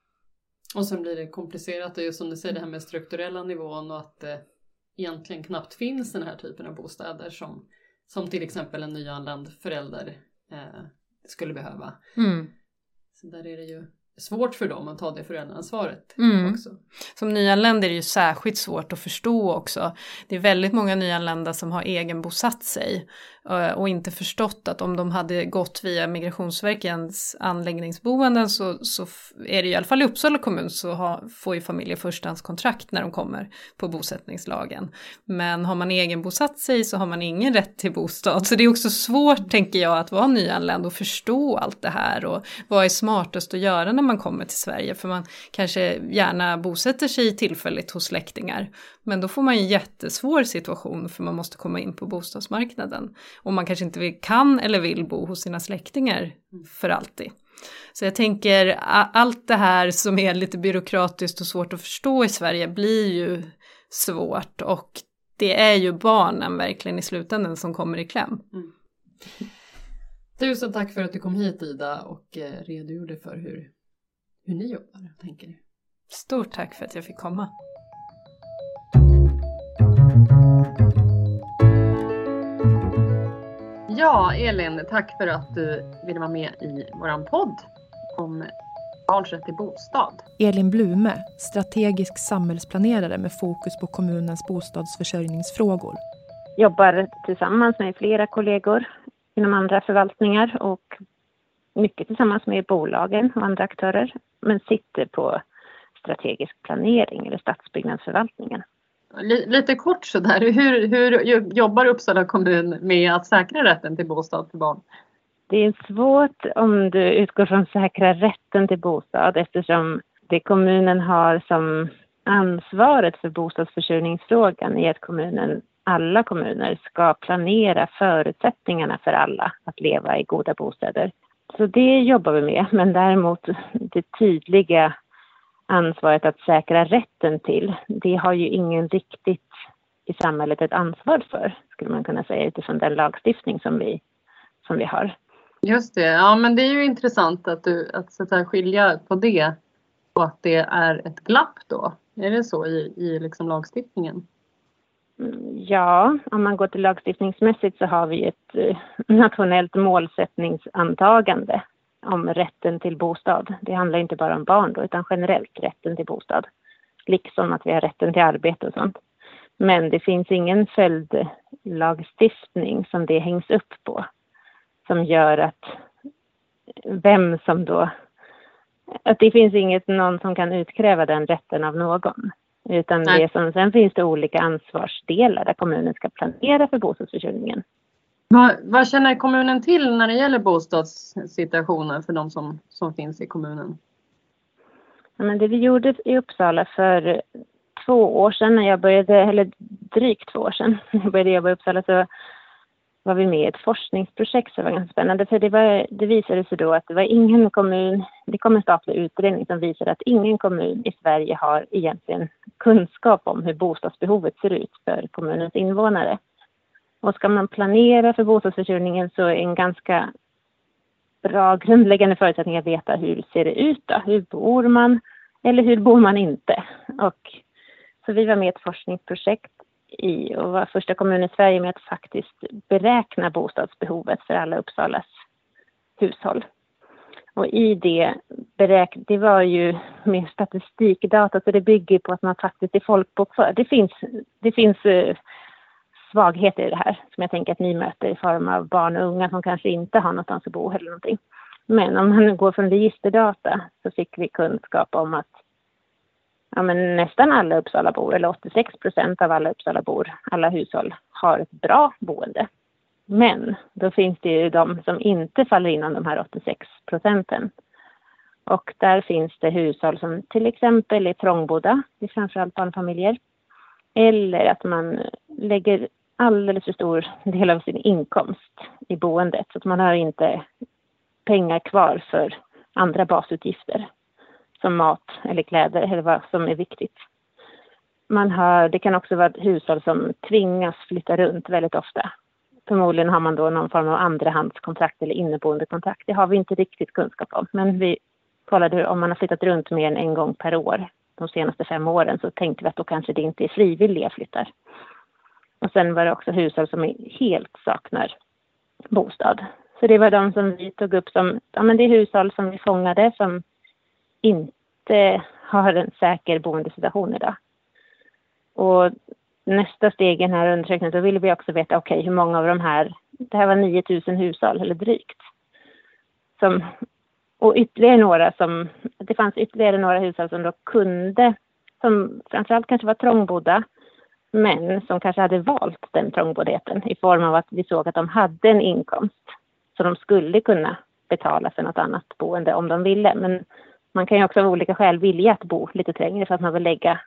Och sen blir det komplicerat, och just som du säger, det här med strukturella nivån, och att eh, egentligen knappt finns den här typen av bostäder som, som till exempel en nyanländ förälder eh, skulle behöva. Mm. Så där är det ju svårt för dem att ta det föräldraansvaret mm. också. Som nyanländ är det ju särskilt svårt att förstå också. Det är väldigt många nyanlända som har egenbosatt sig och inte förstått att om de hade gått via Migrationsverkets anläggningsboenden så, så är det i alla fall i Uppsala kommun så har, får ju familjer förstahandskontrakt när de kommer på bosättningslagen. Men har man egenbosatt sig så har man ingen rätt till bostad. Så det är också svårt, tänker jag, att vara nyanländ och förstå allt det här och vad är smartast att göra när man kommer till Sverige. För man kanske gärna bosätter sig tillfälligt hos släktingar. Men då får man en jättesvår situation för man måste komma in på bostadsmarknaden. Och man kanske inte kan eller vill bo hos sina släktingar för alltid. Så jag tänker allt det här som är lite byråkratiskt och svårt att förstå i Sverige blir ju svårt. Och det är ju barnen verkligen i slutändan som kommer i kläm. Mm. Tusen tack för att du kom hit, Ida, och redogjorde för hur, hur ni jobbar, tänker ni. Stort tack för att jag fick komma. Ja, Elin, tack för att du ville vara med i våran podd om barns rätt till bostad. Elin Blume, strategisk samhällsplanerare med fokus på kommunens bostadsförsörjningsfrågor. Jobbar tillsammans med flera kollegor inom andra förvaltningar och mycket tillsammans med bolagen och andra aktörer, men sitter på strategisk planering eller stadsbyggnadsförvaltningen. Lite kort så där, hur, hur jobbar Uppsala kommun med att säkra rätten till bostad för barn? Det är svårt om du utgår från säkra rätten till bostad, eftersom det kommunen har som ansvaret för bostadsförsörjningsfrågan är att kommunen, alla kommuner ska planera förutsättningarna för alla att leva i goda bostäder. Så det jobbar vi med, men däremot det tydliga ansvaret att säkra rätten till, det har ju ingen riktigt i samhället ett ansvar för, skulle man kunna säga, utifrån den lagstiftning som vi, som vi har. Just det, ja, men det är ju intressant att du att så att skilja på det och att det är ett glapp då. Är det så i, i liksom lagstiftningen? Ja, om man går till lagstiftningsmässigt så har vi ett nationellt målsättningsantagande om rätten till bostad. Det handlar inte bara om barn då, utan generellt rätten till bostad. Liksom att vi har rätten till arbete och sånt. Men det finns ingen följdlagstiftning som det hängs upp på. Som gör att vem som då... Att det finns inget någon som kan utkräva den rätten av någon. Utan det som, sen finns det olika ansvarsdelar där kommunen ska planera för bostadsförsörjningen. Vad, vad känner kommunen till när det gäller bostadssituationen för de som, som finns i kommunen? Ja, men det vi gjorde i Uppsala för två år sedan när jag började, eller drygt två år sedan när jag började jobba i Uppsala, så var vi med i ett forskningsprojekt som var ganska spännande. För det, var, det visade sig då att det var ingen kommun, det kom en statlig utredning som visade att ingen kommun i Sverige har egentligen kunskap om hur bostadsbehovet ser ut för kommunens invånare. Och ska man planera för bostadsförsörjningen så är en ganska bra grundläggande förutsättning att veta hur ser det ut då? Hur bor man eller hur bor man inte? Och så vi var med i ett forskningsprojekt i och var första kommunen i Sverige med att faktiskt beräkna bostadsbehovet för alla Uppsalas hushåll. Och i det beräk det var ju med statistikdata, så det bygger på att man faktiskt är folkbokförd. Det finns, det finns svagheter i det här som jag tänker att ni möter i form av barn och unga som kanske inte har någonstans att bo eller någonting. Men om man går från registerdata så fick vi kunskap om att ja, men nästan alla Uppsalabor, eller åttiosex procent av alla Uppsalabor, alla hushåll, har ett bra boende. Men då finns det ju de som inte faller inom de här åttiosex procenten. Och där finns det hushåll som till exempel är trångbodda, det är framförallt barnfamiljer. Eller att man lägger alldeles för stor del av sin inkomst i boendet. Så att man har inte pengar kvar för andra basutgifter. Som mat eller kläder eller vad som är viktigt. Man har, det kan också vara hushåll som tvingas flytta runt väldigt ofta. Förmodligen har man då någon form av andrahandskontrakt eller inneboendekontrakt. Det har vi inte riktigt kunskap om. Men vi kollade hur, om man har flyttat runt mer än en gång per år de senaste fem åren så tänkte vi att då kanske det inte är frivilliga flyttar. Och sen var det också hushåll som helt saknar bostad. Så det var de som vi tog upp som, ja men det är hushåll som vi fångade som inte har en säker boendesituation idag. Och nästa steg i den här undersökningen, då ville vi också veta, okej, okay, hur många av de här, det här var nio tusen hushåll eller drygt. Som, och ytterligare några som, det fanns ytterligare några hushåll som då kunde, som framförallt kanske var trångbodda, men som kanske hade valt den trångboddheten i form av att vi såg att de hade en inkomst. Så de skulle kunna betala för något annat boende om de ville. Men man kan ju också av olika skäl vilja att bo lite trängre för att man vill lägga,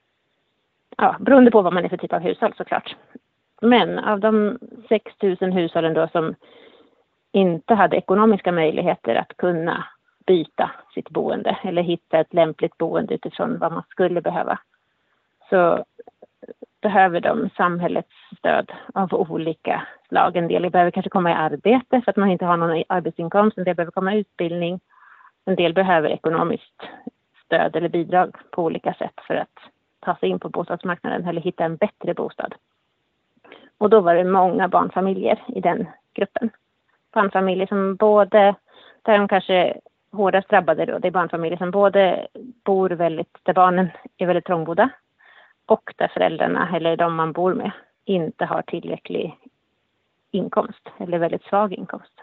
ja, beroende på vad man är för typ av hushåll såklart. Men av de sex tusen hushållen då som inte hade ekonomiska möjligheter att kunna byta sitt boende eller hitta ett lämpligt boende utifrån vad man skulle behöva, så behöver de samhällets stöd av olika slag. En del behöver kanske komma i arbete för att man inte har någon arbetsinkomst. En del behöver komma i utbildning. En del behöver ekonomiskt stöd eller bidrag på olika sätt för att ta sig in på bostadsmarknaden eller hitta en bättre bostad. Och då var det många barnfamiljer i den gruppen. Barnfamiljer som både, där de kanske hårdast drabbade då, det är barnfamiljer som både bor väldigt, där barnen är väldigt trångbodda och där föräldrarna eller de man bor med inte har tillräcklig inkomst eller väldigt svag inkomst.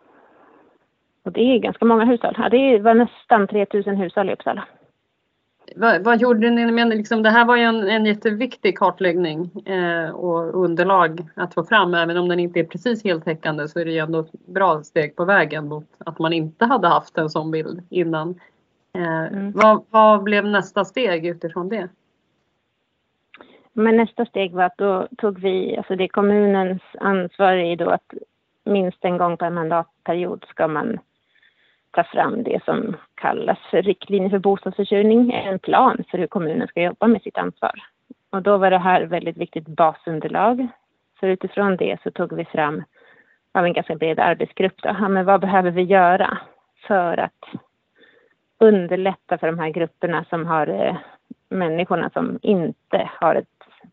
Och det är ganska många hushåll. Ja, det var nästan tre tusen hushåll i Uppsala. Vad, vad gjorde ni? Men liksom, det här var ju en, en jätteviktig kartläggning eh, och underlag att få fram. Även om den inte är precis heltäckande så är det ju ändå ett bra steg på vägen mot att man inte hade haft en sån bild innan. Eh, mm. vad, vad blev nästa steg utifrån det? Men nästa steg var att då tog vi, alltså det är kommunens ansvar i då att minst en gång per mandatperiod ska man ta fram det som kallas för riktlinjer för bostadsförsörjning, en plan för hur kommunen ska jobba med sitt ansvar. Och då var det här väldigt viktigt basunderlag. Så utifrån det så tog vi fram av en ganska bred arbetsgrupp då, ja, men vad behöver vi göra för att underlätta för de här grupperna som har eh, människorna som inte har ett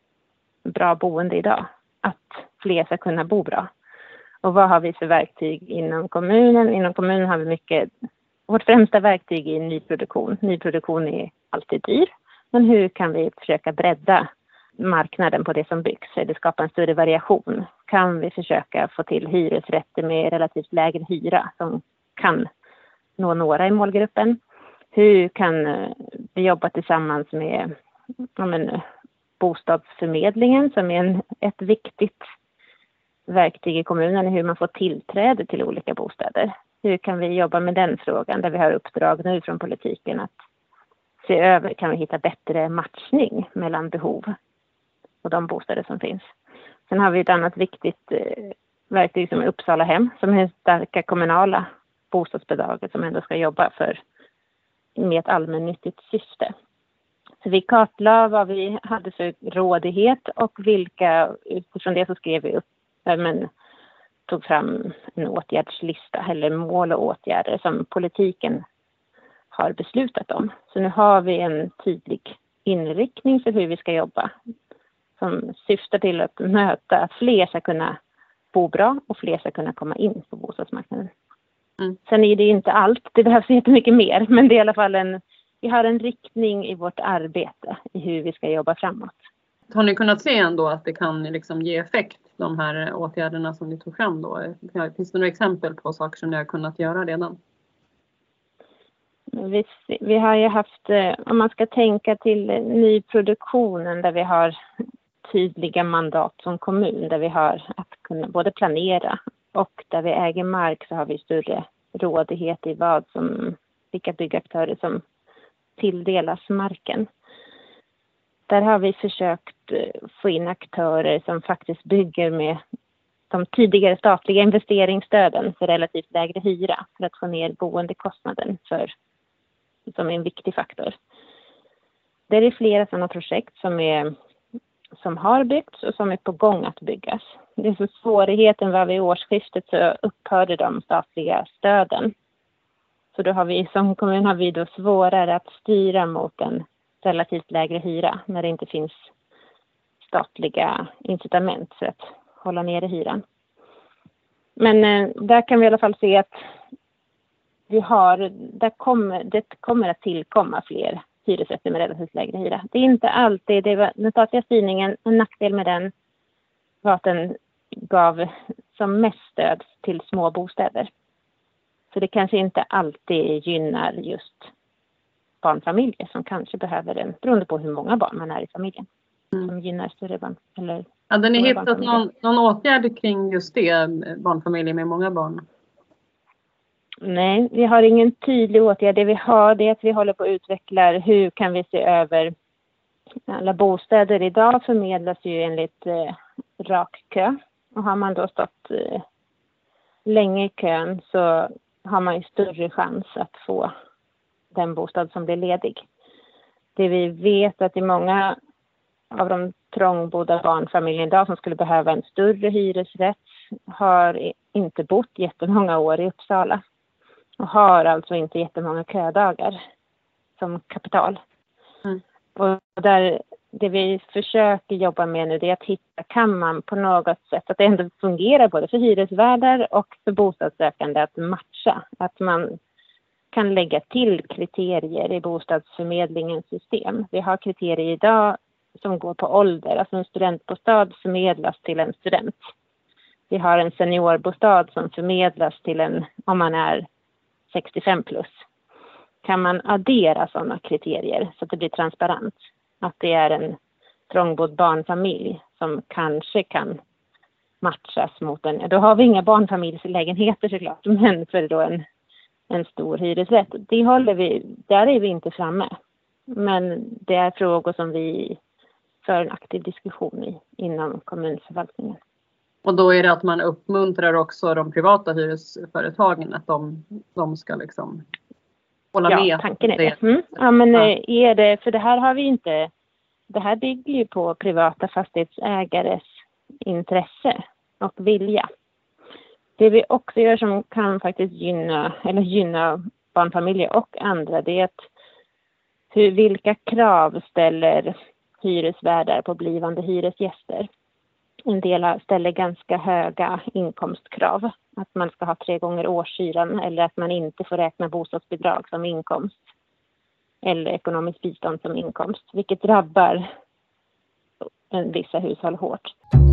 bra boende idag, att fler ska kunna bo bra. Och vad har vi för verktyg inom kommunen? Inom kommunen har vi mycket, vårt främsta verktyg är nyproduktion. Nyproduktion är alltid dyr, men hur kan vi försöka bredda marknaden på det som byggs eller skapa en större variation? Kan vi försöka få till hyresrätter med relativt lägre hyra som kan nå några i målgruppen? Hur kan vi jobba tillsammans med ja men, bostadsförmedlingen som är en, ett viktigt verktyg i kommunen, hur man får tillträde till olika bostäder. Hur kan vi jobba med den frågan där vi har uppdrag nu från politiken att se över, kan vi hitta bättre matchning mellan behov och de bostäder som finns. Sen har vi ett annat viktigt eh, verktyg som är Uppsala hem, som är starka kommunala bostadsbidraget som ändå ska jobba för med ett allmännyttigt syfte. Så vi kartlade vad vi hade för rådighet och vilka, utifrån det så skrev vi upp, men tog fram en åtgärdslista eller mål och åtgärder som politiken har beslutat om. Så nu har vi en tydlig inriktning för hur vi ska jobba som syftar till att möta att fler ska kunna bo bra och fler ska kunna komma in på bostadsmarknaden. Mm. Sen är det inte allt, det behövs jättemycket mer, men det är i alla fall en, vi har en riktning i vårt arbete i hur vi ska jobba framåt. Har ni kunnat se ändå att det kan liksom ge effekt, de här åtgärderna som ni tog fram då? Finns det några exempel på saker som ni har kunnat göra redan? Vi, vi har ju haft, om man ska tänka till nyproduktionen där vi har tydliga mandat som kommun, där vi har att kunna både planera och där vi äger mark, så har vi större rådighet i vad som, vilka byggaktörer som tilldelas marken. Där har vi försökt få in aktörer som faktiskt bygger med de tidigare statliga investeringsstöden för relativt lägre hyra för att få ner boendekostnaden för, som är en viktig faktor. Det är flera sådana projekt som, är, som har byggts och som är på gång att byggas. Det är så svårigheten var vid årsskiftet så upphörde de statliga stöden. Så då har vi som kommun har vi då svårare att styra mot en relativt lägre hyra när det inte finns statliga incitament för att hålla nere hyran. Men eh, där kan vi i alla fall se att vi har, där kommer, det kommer att tillkomma fler hyresrätter med relativt lägre hyra. Det är inte alltid, det var, den statliga styrningen, en nackdel med den var att den gav som mest stöd till små bostäder. Så det kanske inte alltid gynnar just barnfamiljer som kanske behöver en, beroende på hur många barn man är i familjen, mm. som gynnar större barn. Eller hade ni hittat någon, någon åtgärd kring just det, barnfamiljer med många barn? Nej, vi har ingen tydlig åtgärd. Det vi har det är att vi håller på att utveckla hur kan vi se över alla bostäder. Idag förmedlas ju enligt eh, rak kö. Och har man då stått eh, länge i kön så har man ju större chans att få den bostad som blir ledig. Det vi vet att i många av de trångbodda barnfamiljerna idag som skulle behöva en större hyresrätt har inte bott jättemånga år i Uppsala. Och har alltså inte jättemånga ködagar som kapital. Mm. Och där, det vi försöker jobba med nu det är att hitta, kan man på något sätt att det ändå fungerar både för hyresvärdar och för bostadssökande att matcha. Att man kan lägga till kriterier i bostadsförmedlingens system. Vi har kriterier idag som går på ålder. Alltså en studentbostad förmedlas till en student. Vi har en seniorbostad som förmedlas till en, om man är sextiofem plus. Kan man addera sådana kriterier så att det blir transparent? Att det är en trångbodd barnfamilj som kanske kan matchas mot en, då har vi inga barnfamiljslägenheter såklart, men för då en, en stor hyresrätt. Det håller vi, där är vi inte framme. Men det är frågor som vi för en aktiv diskussion i inom kommunförvaltningen. Och då är det att man uppmuntrar också de privata hyresföretagen att de, de ska liksom hålla ja, med. Ja, tanken är det. Mm. Ja, men ja. Är det, för det här har vi inte, det här bygger ju på privata fastighetsägares intresse och vilja. Det vi också gör som kan faktiskt gynna, eller gynna barnfamiljer och andra, det är att hur, vilka krav ställer hyresvärdar på blivande hyresgäster. En del ställer ganska höga inkomstkrav. Att man ska ha tre gånger årshyran eller att man inte får räkna bostadsbidrag som inkomst. Eller ekonomiskt bistånd som inkomst. Vilket drabbar en vissa hushåll hårt.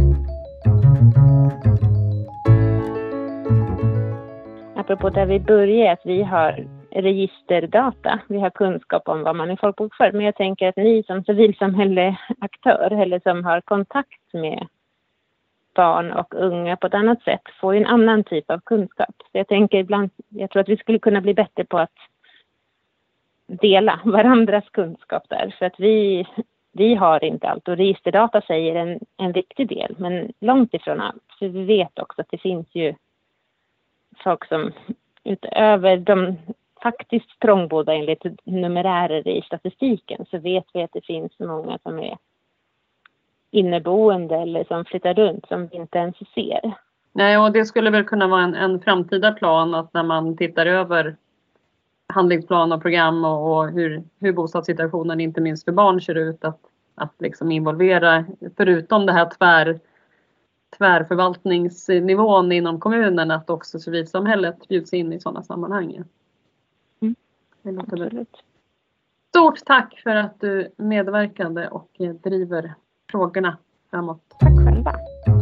Apropå där vi börjar, att vi har registerdata. Vi har kunskap om vad man är folkbokförd. Men jag tänker att ni som civilsamhälleaktör eller som har kontakt med barn och unga på ett annat sätt får en annan typ av kunskap. Så jag tänker ibland, jag tror att vi skulle kunna bli bättre på att dela varandras kunskap där. För att vi, vi har inte allt och registerdata säger en, en viktig del men långt ifrån allt. För vi vet också att det finns ju folk som utöver de faktiskt trångbodda enligt numerärer i statistiken så vet vi att det finns många som är inneboende eller som flyttar runt som vi inte ens ser. Nej, och det skulle väl kunna vara en, en framtida plan att när man tittar över handlingsplan och program och, och hur, hur bostadssituationen inte minst för barn ser ut att, att liksom involvera förutom det här tvär, tvärförvaltningsnivån inom kommunen att också civilsamhället bjuds in i sådana sammanhang. Mm. Absolut. Stort tack för att du medverkade och driver frågorna framåt. Tack själva.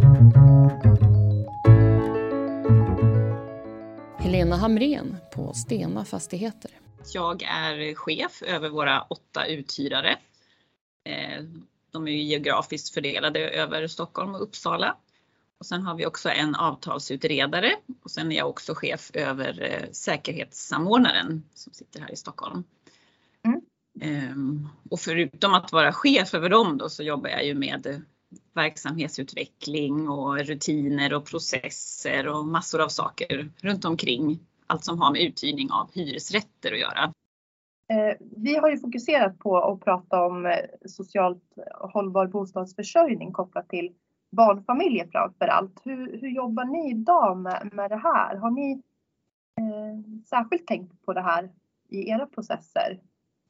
Helena Hamrén på Stena Fastigheter. Jag är chef över våra åtta uthyrare. De är ju geografiskt fördelade över Stockholm och Uppsala. Och sen har vi också en avtalsutredare. Och sen är jag också chef över säkerhetssamordnaren som sitter här i Stockholm. Mm. Och förutom att vara chef över dem då, så jobbar jag ju med verksamhetsutveckling och rutiner och processer och massor av saker runt omkring. Allt som har med uthyrning av hyresrätter att göra. Vi har ju fokuserat på att prata om socialt hållbar bostadsförsörjning kopplat till barnfamiljer framför allt. Hur, hur jobbar ni idag med, med det här? Har ni eh, särskilt tänkt på det här i era processer?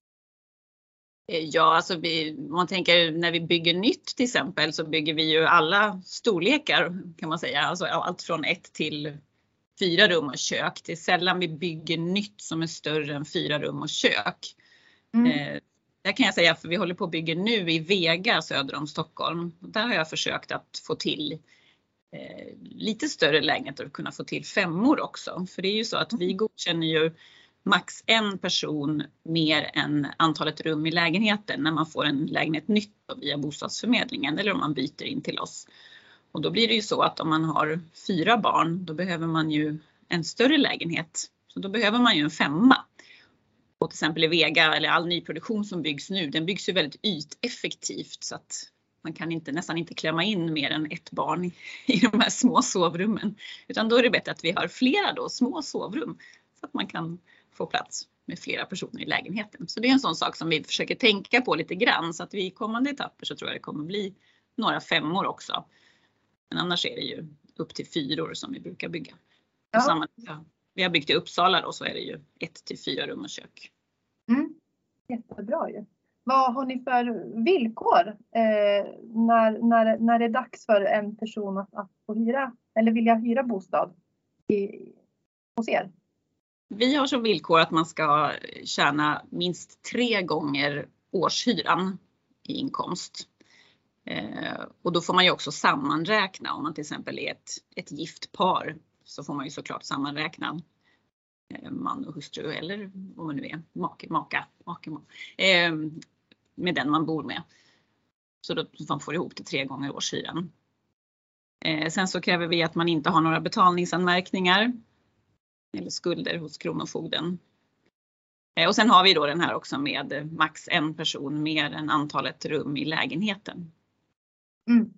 Ja, alltså vi, om man tänker när vi bygger nytt till exempel så bygger vi ju alla storlekar kan man säga. Alltså allt från ett till fyra rum och kök. Det är sällan vi bygger nytt som är större än fyra rum och kök. Mm. Eh, där kan jag säga, för vi håller på att bygga nu i Vega söder om Stockholm. Där har jag försökt att få till eh, lite större lägenheter och kunna få till femmor också. För det är ju så att vi godkänner ju max en person mer än antalet rum i lägenheten när man får en lägenhet nytt via bostadsförmedlingen eller om man byter in till oss. Och då blir det ju så att om man har fyra barn då behöver man ju en större lägenhet. Så då behöver man ju en femma. Och till exempel i Vega eller all nyproduktion som byggs nu, den byggs ju väldigt yteffektivt så att man kan inte, nästan inte klämma in mer än ett barn i, i de här små sovrummen. Utan då är det bättre att vi har flera då, små sovrum så att man kan få plats med flera personer i lägenheten. Så det är en sån sak som vi försöker tänka på lite grann så att vi i kommande etapper så tror jag det kommer bli några femmor också. Men annars är det ju upp till fyror som vi brukar bygga. Ja. Samma, ja, vi har byggt i Uppsala då så är det ju ett till fyra rum och kök. Mm. Jättebra ju. Vad har ni för villkor eh, när, när, när det är dags för en person att, att få hyra eller vilja hyra bostad i, hos er? Vi har som villkor att man ska tjäna minst tre gånger årshyran i inkomst. Eh, och då får man ju också sammanräkna om man till exempel är ett, ett gift par så får man ju såklart sammanräkna eh, man och hustru eller vad man nu är, make, maka, make, eh, med den man bor med. Så då man får ihop till tre gånger årshyran. Eh, sen så kräver vi att man inte har några betalningsanmärkningar eller skulder hos kronofogden. Eh, och sen har vi då den här också med max en person mer än antalet rum i lägenheten. Mm.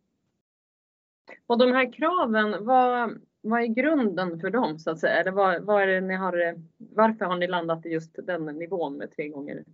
Och de här kraven, vad, vad är grunden för dem så att säga? Eller vad, vad är det ni har, varför har ni landat i just den nivån med tre gånger?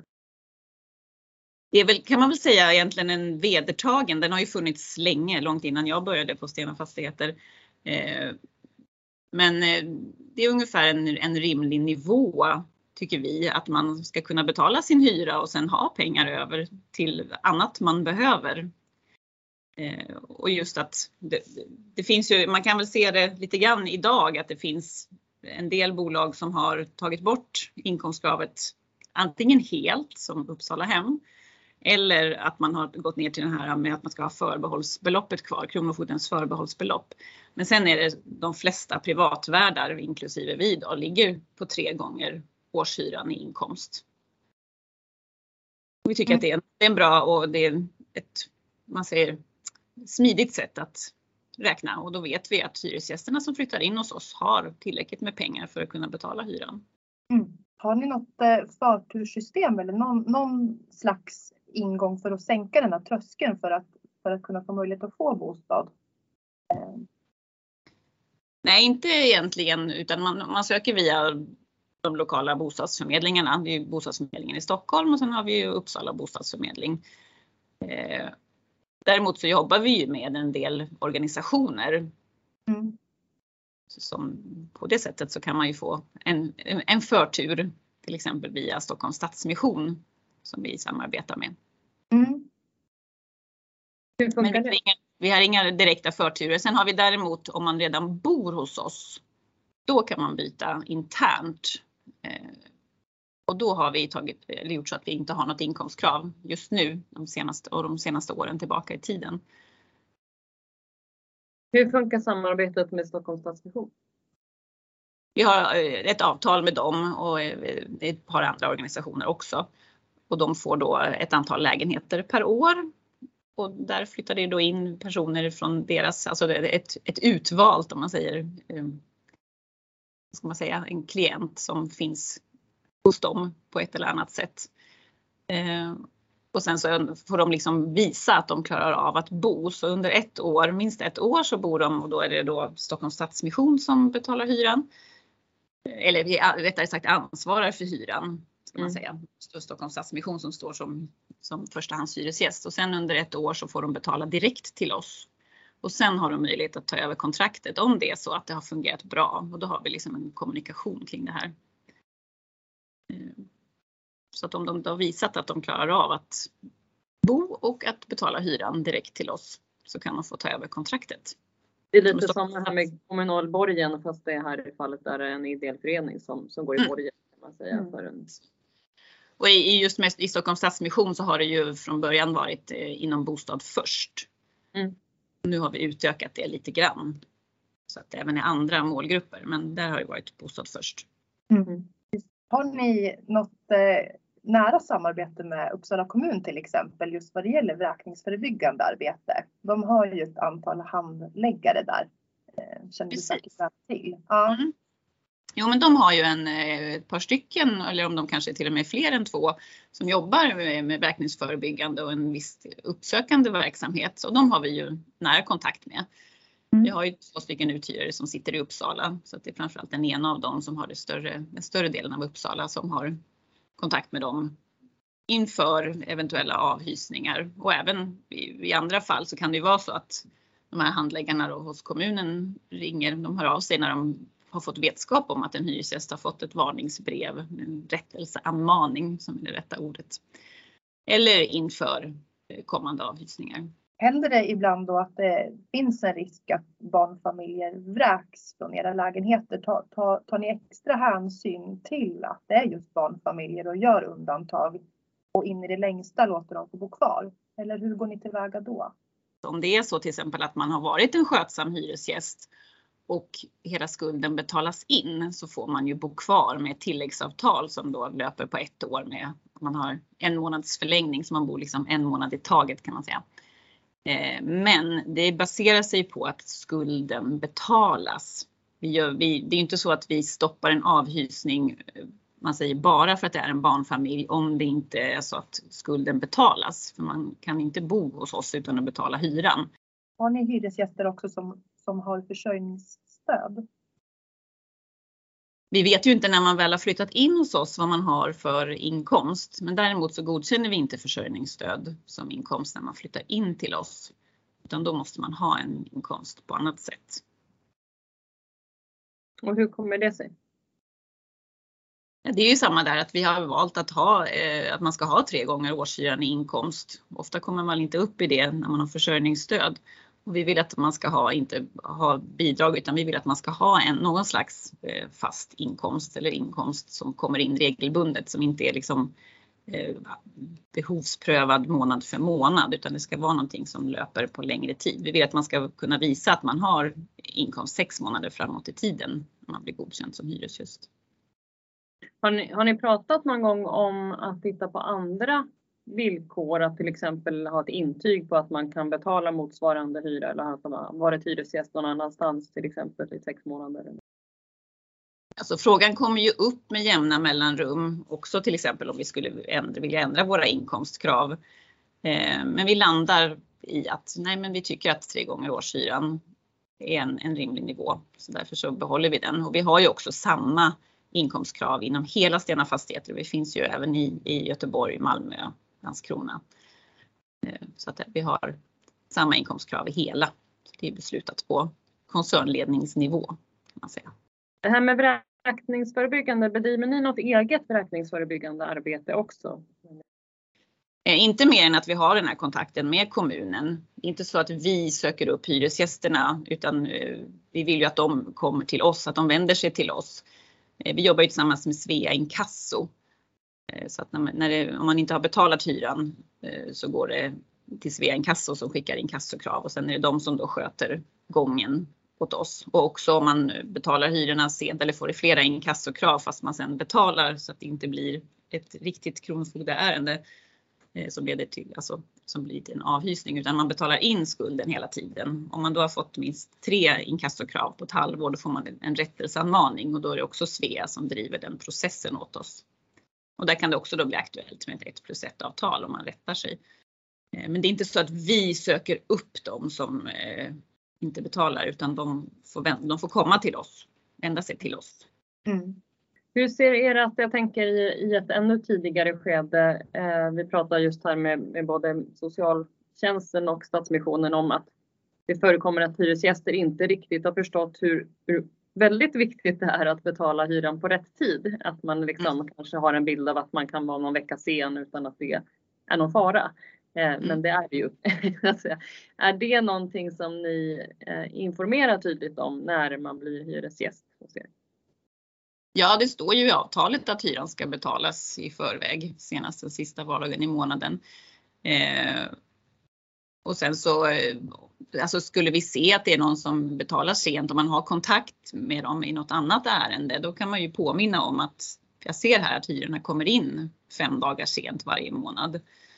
Det är väl, kan man väl säga egentligen en vedertagen. Den har ju funnits länge, långt innan jag började på Stena Fastigheter. Eh, men eh, det är ungefär en, en rimlig nivå tycker vi. Att man ska kunna betala sin hyra och sen ha pengar över till annat man behöver. Eh, och just att det, det finns ju, man kan väl se det lite grann idag att det finns en del bolag som har tagit bort inkomstkravet antingen helt som Uppsala hem eller att man har gått ner till den här med att man ska ha förbehållsbeloppet kvar, kronofogdens förbehållsbelopp. Men sen är det de flesta privatvärdar inklusive vi då ligger på tre gånger årshyran i inkomst. Och vi tycker mm. att det är, en, det är en bra och det är ett, man säger smidigt sätt att räkna och då vet vi att hyresgästerna som flyttar in hos oss har tillräckligt med pengar för att kunna betala hyran. Mm. Har ni något eh, förturssystem eller någon, någon slags ingång för att sänka den här tröskeln för att, för att kunna få möjlighet att få bostad? Eh. Nej, inte egentligen utan man, man söker via de lokala bostadsförmedlingarna. Det är bostadsförmedlingen i Stockholm och sen har vi ju Uppsala bostadsförmedling. Eh, däremot så jobbar vi ju med en del organisationer. Mm. Som på det sättet så kan man ju få en, en förtur till exempel via Stockholms Stadsmission som vi samarbetar med. Mm. Men vi har, inga, vi har inga direkta förturer. Sen har vi däremot om man redan bor hos oss då kan man byta internt. Och då har vi tagit, eller gjort så att vi inte har något inkomstkrav just nu de senaste, och de senaste åren tillbaka i tiden. Hur funkar samarbetet med Stockholms Stadsmission? Vi har ett avtal med dem och ett par andra organisationer också. Och de får då ett antal lägenheter per år. Och där flyttar det då in personer från deras, alltså ett, ett utvalt, om man säger, vad ska man säga, en klient som finns hos dem på ett eller annat sätt. Och sen så får de liksom visa att de klarar av att bo. Så under ett år, minst ett år så bor de, och då är det då Stockholms Stadsmission som betalar hyran. Eller rättare sagt ansvarar för hyran, ska man säga. Stockholms Stadsmission som står som, som förstahandshyresgäst. Och sen under ett år så får de betala direkt till oss. Och sen har de möjlighet att ta över kontraktet om det är så att det har fungerat bra. Och då har vi liksom en kommunikation kring det här. Så att om de har visat att de klarar av att bo och att betala hyran direkt till oss så kan de få ta över kontraktet. Det är lite som det här med kommunalborgen, fast det är här i fallet där det är en ideell förening som, som går i borgen, kan man säga. Mm. För en... Och i, just mest i Stockholms Stadsmission så har det ju från början varit eh, inom bostad först. Mm. Nu har vi utökat det lite grann. Så att det även är andra målgrupper, men där har det varit bostad först. Mm. Har ni något eh, nära samarbete med Uppsala kommun till exempel just vad det gäller vräkningsförebyggande arbete? De har ju ett antal handläggare där. Eh, känner du säkert till? Ja. Mm. Jo, men de har ju en, ett par stycken, eller om de kanske till och med fler än två, som jobbar med, med vräkningsförebyggande och en viss uppsökande verksamhet. Och de har vi ju nära kontakt med. Mm. Vi har ju två stycken uthyrare som sitter i Uppsala, så att det är framförallt den ena av dem som har det större, den större delen av Uppsala som har kontakt med dem inför eventuella avhysningar. Och även i, i andra fall så kan det ju vara så att de här handläggarna då hos kommunen ringer, de hör av sig när de har fått vetskap om att en hyresgäst har fått ett varningsbrev, en rättelseanmaning som är det rätta ordet. Eller inför kommande avhysningar. Händer det ibland då att det finns en risk att barnfamiljer vräks från era lägenheter? Tar, tar, tar ni extra hänsyn till att det är just barnfamiljer och gör undantag och in i det längsta låter dem få bo kvar? Eller hur går ni tillväga då? Om det är så till exempel att man har varit en skötsam hyresgäst och hela skulden betalas in, så får man ju bo kvar med ett tilläggsavtal som då löper på ett år med, man har en månads förlängning, så man bor liksom en månad i taget kan man säga. Men det baserar sig på att skulden betalas. Vi gör, vi, det är inte så att vi stoppar en avhysning, man säger bara för att det är en barnfamilj, om det inte är så att skulden betalas. För man kan inte bo hos oss utan att betala hyran. Har ni hyresgäster också som, som har försörjningsstöd? Vi vet ju inte när man väl har flyttat in hos oss vad man har för inkomst. Men däremot så godkänner vi inte försörjningsstöd som inkomst när man flyttar in till oss. Utan då måste man ha en inkomst på annat sätt. Och hur kommer det sig? Det är ju samma där, att vi har valt att, ha, eh, att man ska ha tre gånger årshyran i inkomst. Ofta kommer man inte upp i det när man har försörjningsstöd. Och vi vill att man ska ha, inte ha bidrag, utan vi vill att man ska ha en, någon slags eh, fast inkomst eller inkomst som kommer in regelbundet, som inte är liksom eh, behovsprövad månad för månad, utan det ska vara någonting som löper på längre tid. Vi vill att man ska kunna visa att man har inkomst sex månader framåt i tiden när man blir godkänd som hyresgäst. Har ni, har ni pratat någon gång om att titta på andra villkor, att till exempel ha ett intyg på att man kan betala motsvarande hyra eller ha varit hyresgäst någon annanstans till exempel i sex månader? Alltså frågan kommer ju upp med jämna mellanrum också, till exempel om vi skulle ändra, vilja ändra våra inkomstkrav. Eh, men vi landar i att nej, men vi tycker att tre gånger årshyran är en, en rimlig nivå. Så därför så behåller vi den. Och vi har ju också samma inkomstkrav inom hela Stena Fastigheter. Vi finns ju även i, i Göteborg, Malmö, Landskrona. Så att vi har samma inkomstkrav i hela. Så det är beslutat på koncernledningsnivå kan man säga. Det här med vräkningsförebyggande, bedriver ni något eget vräkningsförebyggande arbete också? Inte mer än att vi har den här kontakten med kommunen. Inte så att vi söker upp hyresgästerna, utan vi vill ju att de kommer till oss, att de vänder sig till oss. Vi jobbar ju tillsammans med Svea Inkasso Så att när, när det, om man inte har betalat hyran så går det till Svea Inkasso som skickar in kassokrav och sen är det de som då sköter gången åt oss. Och också om man betalar hyrorna sent eller får det flera inkassokrav fast man sen betalar så att det inte blir ett riktigt kronofogdeärende som leder till, alltså som blir till en avhysning, utan man betalar in skulden hela tiden. Om man då har fått minst tre inkassokrav på ett halvår, då får man en rättelseanmaning och då är det också Svea som driver den processen åt oss. Och där kan det också då bli aktuellt med ett ett plus ett avtal om man rättar sig. Men det är inte så att vi söker upp dem som eh, inte betalar, utan de får, de får komma till oss, vända sig till oss. Mm. Hur ser er att, jag tänker i, i ett ännu tidigare skede, eh, vi pratar just här med, med både socialtjänsten och Stadsmissionen om att det förekommer att hyresgäster inte riktigt har förstått hur, hur väldigt viktigt det är att betala hyran på rätt tid. Att man liksom mm. kanske har en bild av att man kan vara någon vecka sen utan att det är någon fara. Eh, mm. Men det är det ju. Är det någonting som ni eh, informerar tydligt om när man blir hyresgäst hos er? Ja, det står ju i avtalet att hyran ska betalas i förväg senast den sista vardagen i månaden. Eh, och sen så alltså skulle vi se att det är någon som betalar sent, om man har kontakt med dem i något annat ärende, då kan man ju påminna om att jag ser här att hyrorna kommer in fem dagar sent varje månad.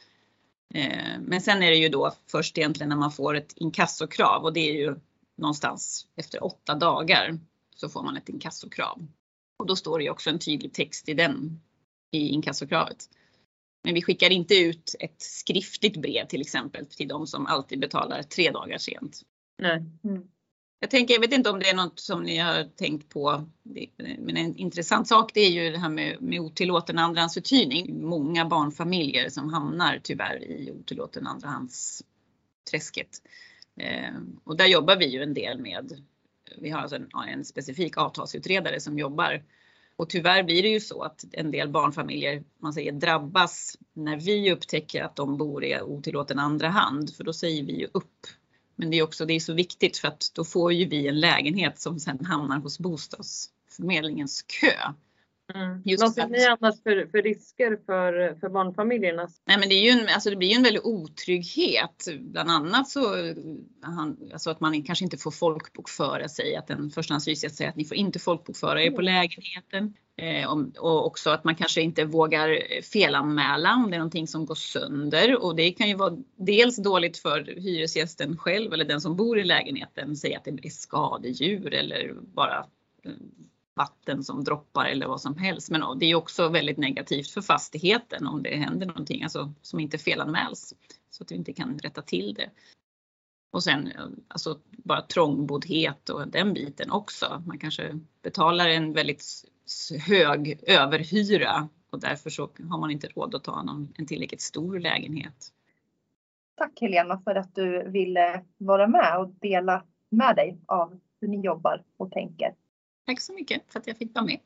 Eh, men sen är det ju då först egentligen när man får ett inkassokrav, och det är ju någonstans efter åtta dagar så får man ett inkassokrav. Och då står det ju också en tydlig text i den, i inkassokravet. Men vi skickar inte ut ett skriftligt brev till exempel till de som alltid betalar tre dagar sent. Nej. Mm. Jag tänker, jag vet inte om det är något som ni har tänkt på. Men en intressant sak, det är ju det här med, med otillåten andrahandsuthyrning. Många barnfamiljer som hamnar tyvärr i otillåten andrahandsträsket. Eh, och där jobbar vi ju en del med. Vi har alltså en, en specifik avtalsutredare som jobbar. Och tyvärr blir det ju så att en del barnfamiljer, man säger, drabbas när vi upptäcker att de bor i otillåten andra hand. För då säger vi ju upp. Men det är också, det är så viktigt för att då får ju vi en lägenhet som sen hamnar hos bostadsförmedlingens kö. Mm. Vad ser ni annars för, för risker för, för barnfamiljerna? Nej, men det, är ju en, alltså det blir ju en väldigt otrygghet. Bland annat så han, alltså att man kanske inte får folkbokföra sig. Att en förstahandshyresgäst säger att ni får inte folkbokföra er på lägenheten. Eh, och, och också att man kanske inte vågar felanmäla om det är någonting som går sönder. Och det kan ju vara dels dåligt för hyresgästen själv eller den som bor i lägenheten. Säga att det är skadedjur eller bara vatten som droppar eller vad som helst. Men det är också väldigt negativt för fastigheten om det händer någonting alltså, som inte felanmäls. Så att vi inte kan rätta till det. Och sen alltså, bara trångboddhet och den biten också. Man kanske betalar en väldigt hög överhyra och därför så har man inte råd att ta någon, en tillräckligt stor lägenhet. Tack Helena för att du ville vara med och dela med dig av hur ni jobbar och tänker. Tack så mycket för att jag fick vara med.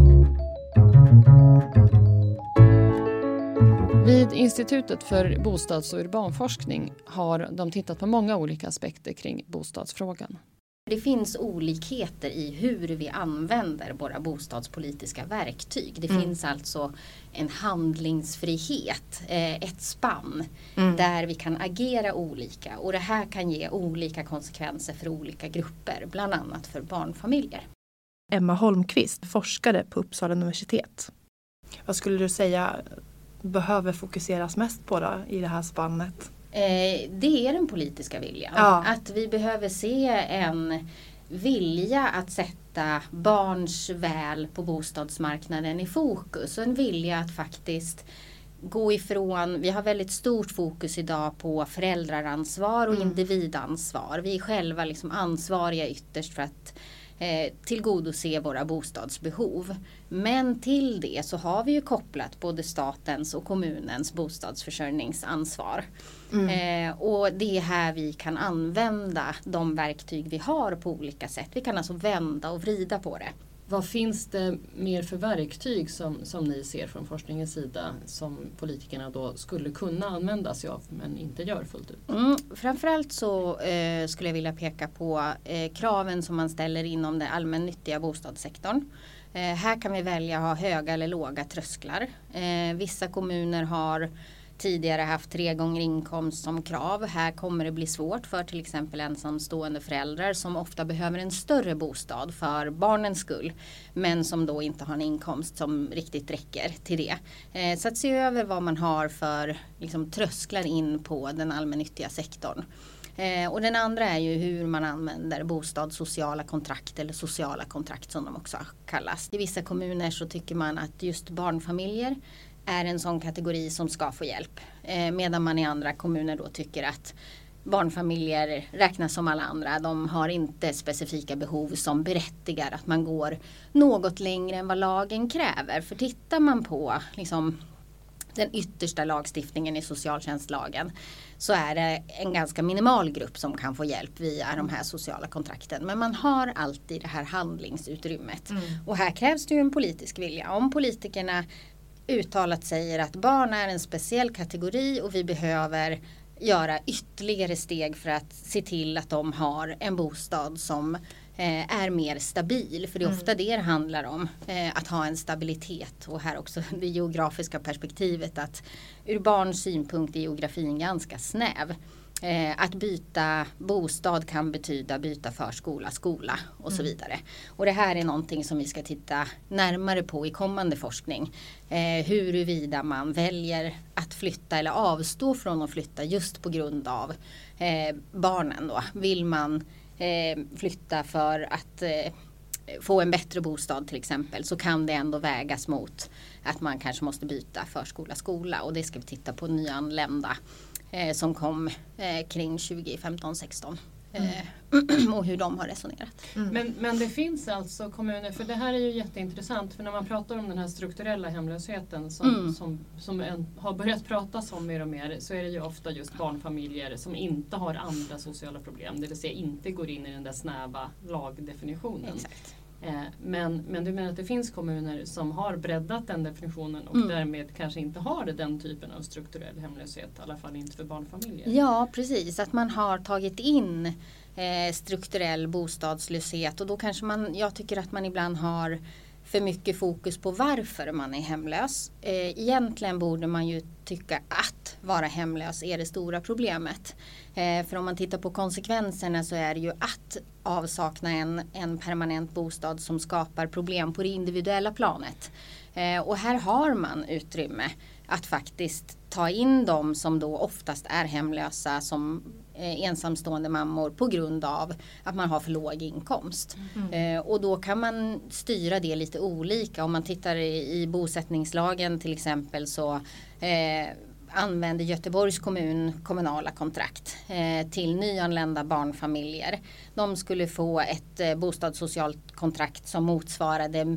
Vid Institutet för bostads- och urbanforskning har de tittat på många olika aspekter kring bostadsfrågan. Det finns olikheter i hur vi använder våra bostadspolitiska verktyg. Det mm. finns alltså en handlingsfrihet, ett spann mm. där vi kan agera olika. Och det här kan ge olika konsekvenser för olika grupper, bland annat för barnfamiljer. Emma Holmqvist, forskare på Uppsala universitet. Vad skulle du säga behöver fokuseras mest på då, i det här spannet? Eh, det är den politiska viljan. Ja. Att vi behöver se en vilja att sätta barns väl på bostadsmarknaden i fokus. Och en vilja att faktiskt gå ifrån, vi har väldigt stort fokus idag på föräldraransvar och mm. individansvar. Vi är själva liksom ansvariga ytterst för att Eh, tillgodose våra bostadsbehov. Men till det så har vi ju kopplat både statens och kommunens bostadsförsörjningsansvar. Mm. Eh, och det är här vi kan använda de verktyg vi har på olika sätt. Vi kan alltså vända och vrida på det. vad finns det mer för verktyg som, som ni ser från forskningens sida som politikerna då skulle kunna använda sig av men inte gör fullt ut? Mm, framförallt så eh, skulle jag vilja peka på eh, kraven som man ställer inom den allmännyttiga bostadssektorn. Eh, här kan vi välja att ha höga eller låga trösklar. Eh, vissa kommuner har tidigare haft tre gånger inkomst som krav. Här kommer det bli svårt för till exempel ensamstående föräldrar som ofta behöver en större bostad för barnens skull. Men som då inte har en inkomst som riktigt räcker till det. Eh, så att se över vad man har för liksom, trösklar in på den allmännyttiga sektorn. Eh, och den andra är ju hur man använder bostadssociala kontrakt eller sociala kontrakt som de också kallas. I vissa kommuner så tycker man att just barnfamiljer är en sån kategori som ska få hjälp. Eh, medan man i andra kommuner då tycker att barnfamiljer räknas som alla andra. De har inte specifika behov som berättigar att man går något längre än vad lagen kräver. För tittar man på liksom, den yttersta lagstiftningen i socialtjänstlagen så är det en ganska minimal grupp som kan få hjälp via de här sociala kontrakten. Men man har alltid det här handlingsutrymmet. Mm. Och här krävs det ju en politisk vilja. Om politikerna uttalat säger att barn är en speciell kategori och vi behöver göra ytterligare steg för att se till att de har en bostad som eh, är mer stabil. För det är ofta det det handlar om, eh, att ha en stabilitet. Och här också det geografiska perspektivet att ur barns synpunkt är geografin ganska snäv. Eh, att byta bostad kan betyda byta förskola, skola och så vidare. Och det här är någonting som vi ska titta närmare på i kommande forskning. Eh, huruvida man väljer att flytta eller avstå från att flytta just på grund av eh, barnen då. Vill man eh, flytta för att eh, få en bättre bostad till exempel så kan det ändå vägas mot att man kanske måste byta förskola, skola. Och det ska vi titta på nyanlända. Eh, som kom eh, kring tjugo femton sexton eh, mm. och hur de har resonerat. Mm. Men, men det finns alltså kommuner, för det här är ju jätteintressant för när man pratar om den här strukturella hemlösheten som, mm. som, som en, har börjat pratas om mer och mer så är det ju ofta just barnfamiljer som inte har andra sociala problem, det vill säga inte går in i den där snäva lagdefinitionen. Exakt. Men, men du menar att det finns kommuner som har breddat den definitionen och mm. därmed kanske inte har den typen av strukturell hemlöshet, i alla fall inte för barnfamiljer. Ja, precis. Att man har tagit in eh, strukturell bostadslöshet och då kanske man, jag tycker att man ibland har för mycket fokus på varför man är hemlös. Eh, egentligen borde man ju tycka att vara hemlös är det stora problemet. Eh, för om man tittar på konsekvenserna så är det ju att avsakna en, en permanent bostad som skapar problem på det individuella planet. Eh, och här har man utrymme att faktiskt ta in dem som då oftast är hemlösa som eh, ensamstående mammor på grund av att man har för låg inkomst. Mm. Eh, och då kan man styra det lite olika. Om man tittar i, i bosättningslagen till exempel så eh, använder Göteborgs kommun kommunala kontrakt eh, till nyanlända barnfamiljer. De skulle få ett eh, bostadssocialt kontrakt som motsvarade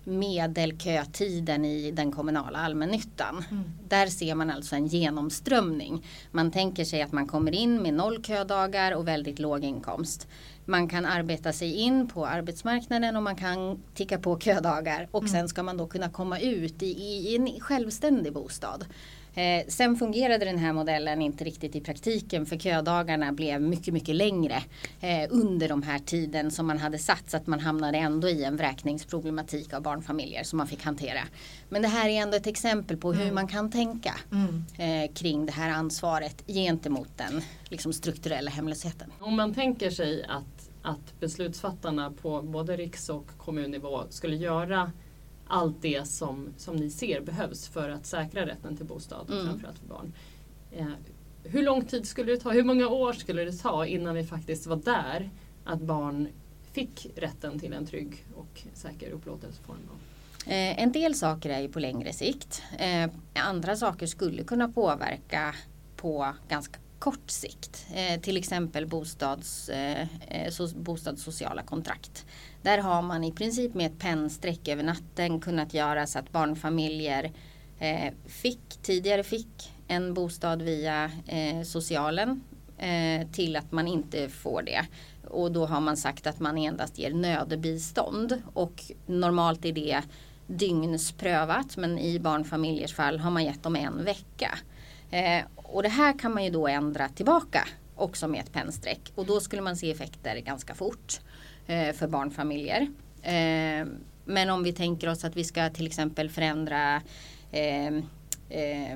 medelkötiden i den kommunala allmännyttan. Mm. Där ser man alltså en genomströmning. Man tänker sig att man kommer in med noll ködagar och väldigt låg inkomst. Man kan arbeta sig in på arbetsmarknaden och man kan ticka på ködagar och mm. sen ska man då kunna komma ut i, i en självständig bostad. Eh, sen fungerade den här modellen inte riktigt i praktiken för ködagarna blev mycket mycket längre eh, under de här tiden som man hade satt så att man hamnade ändå i en vräkningsproblematik av barnfamiljer som man fick hantera. Men det här är ändå ett exempel på hur mm. man kan tänka mm. eh, kring det här ansvaret gentemot den liksom, strukturella hemlösheten. Om man tänker sig att, att beslutsfattarna på både riks- och kommunnivå skulle göra allt det som, som ni ser behövs för att säkra rätten till bostad, mm. framförallt för barn. Eh, hur lång tid skulle det ta, hur många år skulle det ta innan vi faktiskt var där att barn fick rätten till en trygg och säker upplåtelseform? Eh, en del saker är ju på längre sikt. Eh, andra saker skulle kunna påverka på ganska kort sikt. Eh, till exempel bostads, eh, so, bostadssociala kontrakt. Där har man i princip med ett pennsträck över natten kunnat göra så att barnfamiljer eh, fick, tidigare fick en bostad via eh, socialen eh, till att man inte får det och då har man sagt att man endast ger nödbistånd. Och normalt är det dygnsprövat, men i barnfamiljers fall har man gett dem en vecka. Eh, och det här kan man ju då ändra tillbaka också med ett pennstreck. Och då skulle man se effekter ganska fort eh, för barnfamiljer. Eh, men om vi tänker oss att vi ska till exempel förändra eh, eh,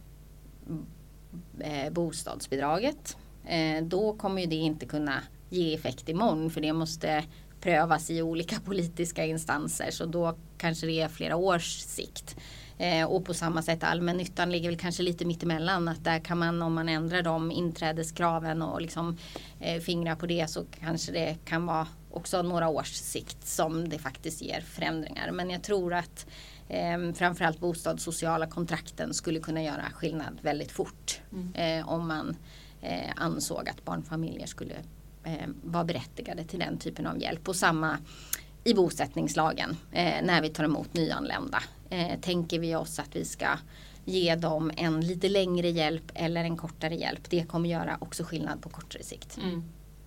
eh, bostadsbidraget. Eh, då kommer ju det inte kunna ge effekt imorgon, för det måste prövas i olika politiska instanser. Så då kanske det är flera års sikt. Eh, och på samma sätt allmännyttan ligger väl kanske lite mittemellan. Att där kan man, om man ändrar de inträdeskraven och liksom eh, fingrar på det, så kanske det kan vara också några års sikt som det faktiskt ger förändringar. Men jag tror att eh, framförallt bostadssociala kontrakten skulle kunna göra skillnad väldigt fort. Mm. Eh, om man eh, ansåg att barnfamiljer skulle eh, vara berättigade till den typen av hjälp. Och samma i bosättningslagen eh, när vi tar emot nyanlända. Eh, tänker vi oss att vi ska ge dem en lite längre hjälp eller en kortare hjälp. Det kommer göra också skillnad på kortare sikt. Mm.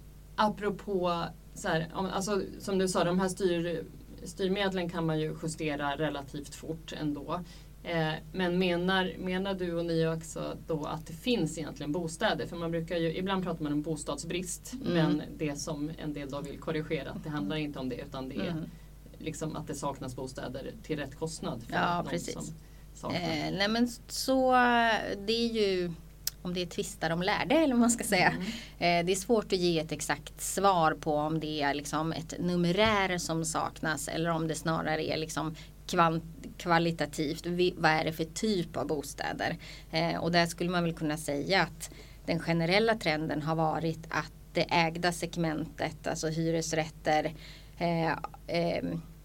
Apropå, så här, om, alltså, som du sa, de här styr, styrmedlen kan man ju justera relativt fort ändå. Eh, men menar, menar du och ni också då att det finns egentligen bostäder? För man brukar ju, ibland pratar man om bostadsbrist, mm. men det som en del då vill korrigera, att det handlar inte om det, utan det är mm. liksom att det saknas bostäder till rätt kostnad för ja, någon precis. som saknar. Eh, nej men så det är ju, om det är tvistar om lärde eller vad man ska säga. Mm. Eh, det är svårt att ge ett exakt svar på om det är liksom ett numerär som saknas eller om det snarare är liksom kvant, kvalitativt. Vi, vad är det för typ av bostäder? Eh, och där skulle man väl kunna säga att den generella trenden har varit att det ägda segmentet, alltså hyresrätter, eh, eh,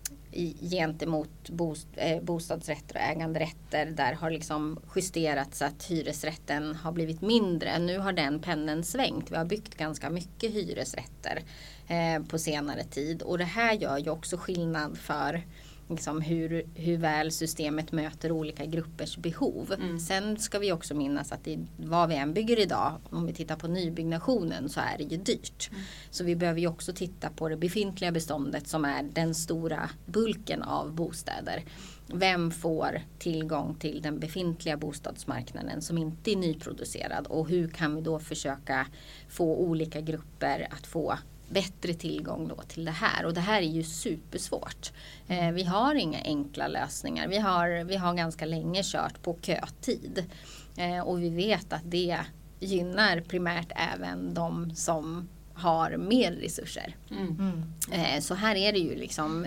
i, gentemot bost, eh, bostadsrätter och äganderätter, där har liksom justerats så att hyresrätten har blivit mindre. Nu har den pendeln svängt. Vi har byggt ganska mycket hyresrätter eh, på senare tid, och det här gör ju också skillnad för liksom hur, hur väl systemet möter olika gruppers behov. Mm. Sen ska vi också minnas att det, vad vi än bygger idag, om vi tittar på nybyggnationen, så är det ju dyrt. Mm. Så vi behöver ju också titta på det befintliga beståndet som är den stora bulken av bostäder. Vem får tillgång till den befintliga bostadsmarknaden som inte är nyproducerad, och hur kan vi då försöka få olika grupper att få bättre tillgång då till det här. Och det här är ju supersvårt. Eh, vi har inga enkla lösningar. Vi har, vi har ganska länge kört på kötid. Eh, och vi vet att det gynnar primärt även de som har mer resurser. Mm. Eh, så här är det ju liksom,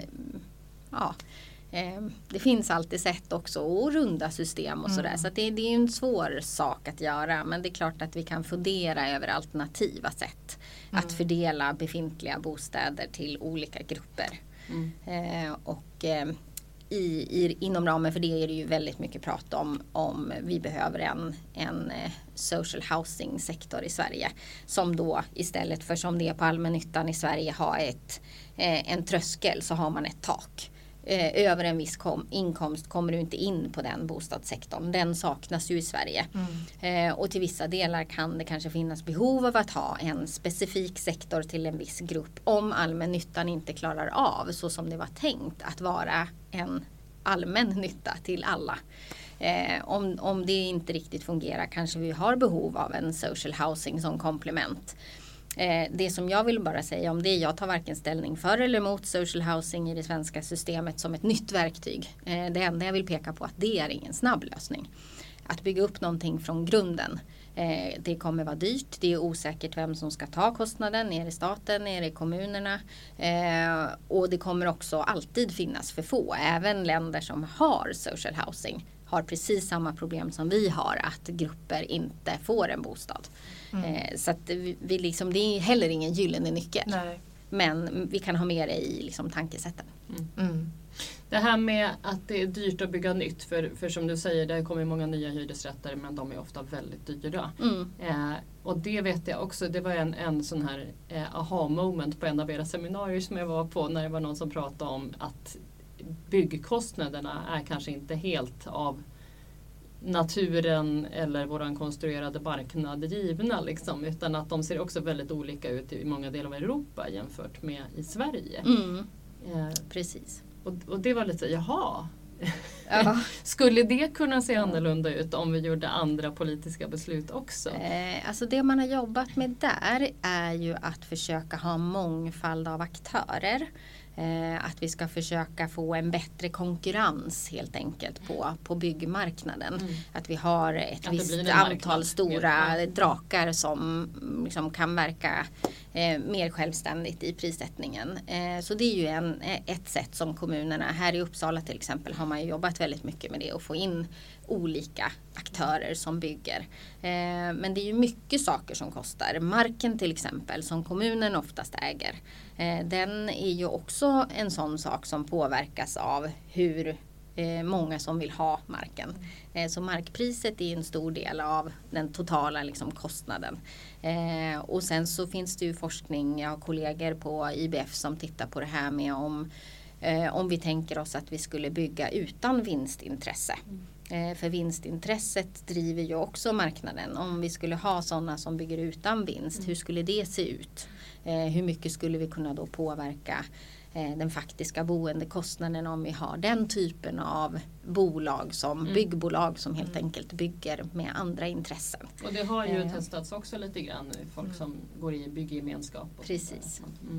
ja, eh, det finns alltid sätt också att runda system och sådär. Mm. Så att det, det är ju en svår sak att göra. Men det är klart att vi kan fundera över alternativa sätt. Mm. Att fördela befintliga bostäder till olika grupper. Mm. Eh, och eh, i, i, inom ramen för det är det ju väldigt mycket prat om om vi behöver en, en eh, social housing sektor i Sverige. Som då istället för som det är på allmännyttan i Sverige har ett, eh, en tröskel, så har man ett tak. Eh, över en viss kom, inkomst kommer du inte in på den bostadssektorn. Den saknas ju i Sverige. Mm. Eh, och till vissa delar kan det kanske finnas behov av att ha en specifik sektor till en viss grupp, om allmännyttan inte klarar av, så som det var tänkt, att vara en allmän nytta till alla. Eh, om, om det inte riktigt fungerar kanske vi har behov av en social housing som komplement. Eh, det som jag vill bara säga om det, jag tar varken ställning för eller emot social housing i det svenska systemet som ett nytt verktyg. Eh, det enda jag vill peka på att det är ingen snabb lösning. Att bygga upp någonting från grunden, eh, det kommer vara dyrt. Det är osäkert vem som ska ta kostnaden. Är det staten, är det kommunerna? Eh, och det kommer också alltid finnas för få. Även länder som har social housing har precis samma problem som vi har, att grupper inte får en bostad. Mm. Eh, så att vi, vi liksom, det är heller ingen gyllene nyckel. Nej. Men vi kan ha med det i liksom tankesätten. Mm. Mm. Det här med att det är dyrt att bygga nytt, för, för som du säger, det kommer många nya hyresrätter, men de är ofta väldigt dyra. Mm. Eh, och det vet jag också, det var en, en sån här eh, aha moment på en av era seminarier som jag var på, när det var någon som pratade om att byggkostnaderna är kanske inte helt av naturen eller våran konstruerade marknad givna liksom, utan att de ser också väldigt olika ut i många delar av Europa jämfört med i Sverige. Mm. Eh, Precis. Och, och det var lite, jaha. Ja. Skulle det kunna se annorlunda ut om vi gjorde andra politiska beslut också? Eh, alltså det man har jobbat med där är ju att försöka ha mångfald av aktörer. Eh, att vi ska försöka få en bättre konkurrens helt enkelt på, på byggmarknaden. Mm. Att vi har ett att visst antal stora ja. drakar som liksom kan verka eh, mer självständigt i prissättningen. Eh, så det är ju en, ett sätt som kommunerna, här i Uppsala till exempel, har man ju jobbat väldigt mycket med det och få in olika aktörer som bygger. Eh, men det är ju mycket saker som kostar. Marken till exempel som kommunen oftast äger. Eh, den är ju också en sån sak som påverkas av hur eh, många som vill ha marken. Eh, så markpriset är en stor del av den totala liksom, kostnaden. Eh, och sen så finns det ju forskning, jag har kollegor på I B F som tittar på det här med om, eh, om vi tänker oss att vi skulle bygga utan vinstintresse. Mm. För vinstintresset driver ju också marknaden. Om vi skulle ha sådana som bygger utan vinst, mm. hur skulle det se ut? Hur mycket skulle vi kunna då påverka den faktiska boendekostnaden om vi har den typen av bolag som mm. byggbolag som helt mm. enkelt bygger med andra intressen. Och det har ju eh. testats också lite grann, folk mm. som går i byggegemenskap. Och precis.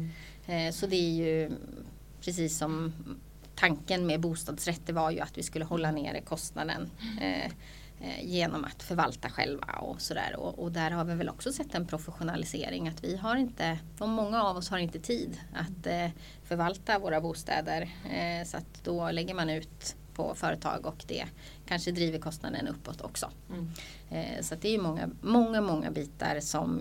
Mm. Så det är ju precis som tanken med bostadsrätter var ju att vi skulle hålla nere kostnaden eh, eh, genom att förvalta själva och sådär. Och, och där har vi väl också sett en professionalisering, att vi har inte, och många av oss har inte tid att eh, förvalta våra bostäder. Eh, så att då lägger man ut på företag och det kanske driver kostnaden uppåt också. Mm. Eh, så att det är ju många, många, många bitar som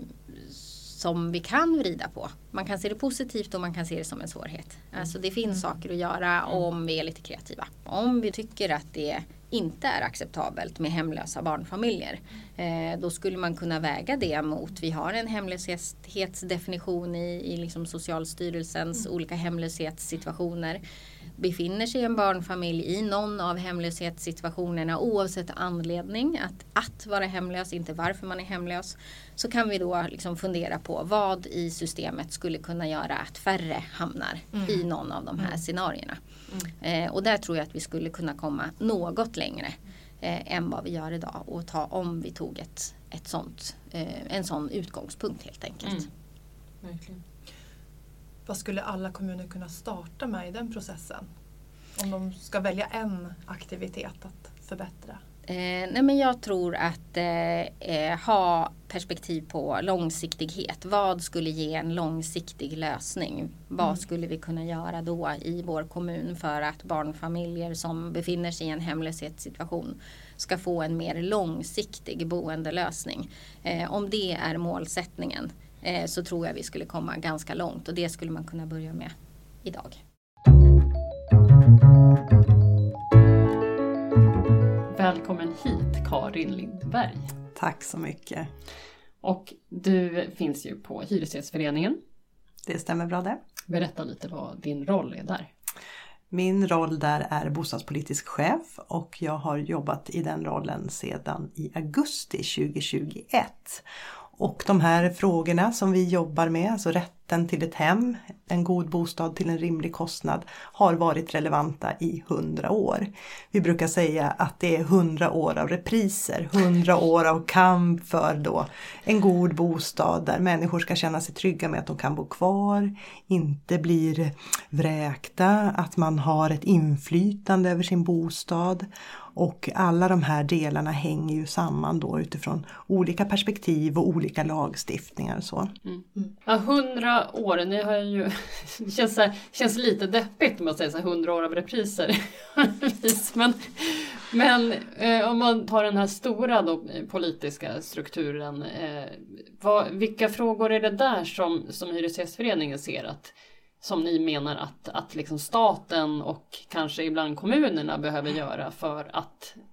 som vi kan vrida på. Man kan se det positivt och man kan se det som en svårighet. Mm. Alltså det finns mm. saker att göra om vi är lite kreativa. Om vi tycker att det inte är acceptabelt med hemlösa barnfamiljer, eh, då skulle man kunna väga det mot, vi har en hemlöshetsdefinition i, i liksom Socialstyrelsens mm. olika hemlöshetssituationer. Befinner sig en barnfamilj i någon av hemlöshetssituationerna oavsett anledning att, att vara hemlös, inte varför man är hemlös, så kan vi då liksom fundera på vad i systemet skulle kunna göra att färre hamnar mm. i någon av de här mm. scenarierna. Mm. Eh, och där tror jag att vi skulle kunna komma något längre eh, än vad vi gör idag och ta om vi tog ett, ett sånt, eh, en sån utgångspunkt helt enkelt. Mm. Verkligen. Vad skulle alla kommuner kunna starta med i den processen? Om de ska välja en aktivitet att förbättra? Eh, nej men jag tror att eh, ha perspektiv på långsiktighet. Vad skulle ge en långsiktig lösning? Vad mm. skulle vi kunna göra då i vår kommun för att barnfamiljer som befinner sig i en hemlöshetssituation ska få en mer långsiktig boendelösning? Eh, om det är målsättningen, så tror jag vi skulle komma ganska långt, och det skulle man kunna börja med idag. Välkommen hit Karin Lindberg. Tack så mycket. Och du finns ju på Hyresgästföreningen. Det stämmer bra det. Berätta lite vad din roll är där. Min roll där är bostadspolitisk chef och jag har jobbat i den rollen sedan i augusti tjugohundratjugoett. Och de här frågorna som vi jobbar med, alltså rätten till ett hem, en god bostad till en rimlig kostnad, har varit relevanta i hundra år. Vi brukar säga att det är hundra år av repriser, hundra år av kamp för då en god bostad där människor ska känna sig trygga med att de kan bo kvar, inte blir vräkta, att man har ett inflytande över sin bostad. Och alla de här delarna hänger ju samman då utifrån olika perspektiv och olika lagstiftningar och så. Mm. Mm. Ja, hundra år, ni har ju, det känns, så här, känns lite deppigt med att säga så här, hundra år av repriser. men men eh, om man tar den här stora då, politiska strukturen, eh, vad, vilka frågor är det där som, som Hyresgästföreningen ser att som ni menar att, att liksom staten och kanske ibland kommunerna behöver göra för att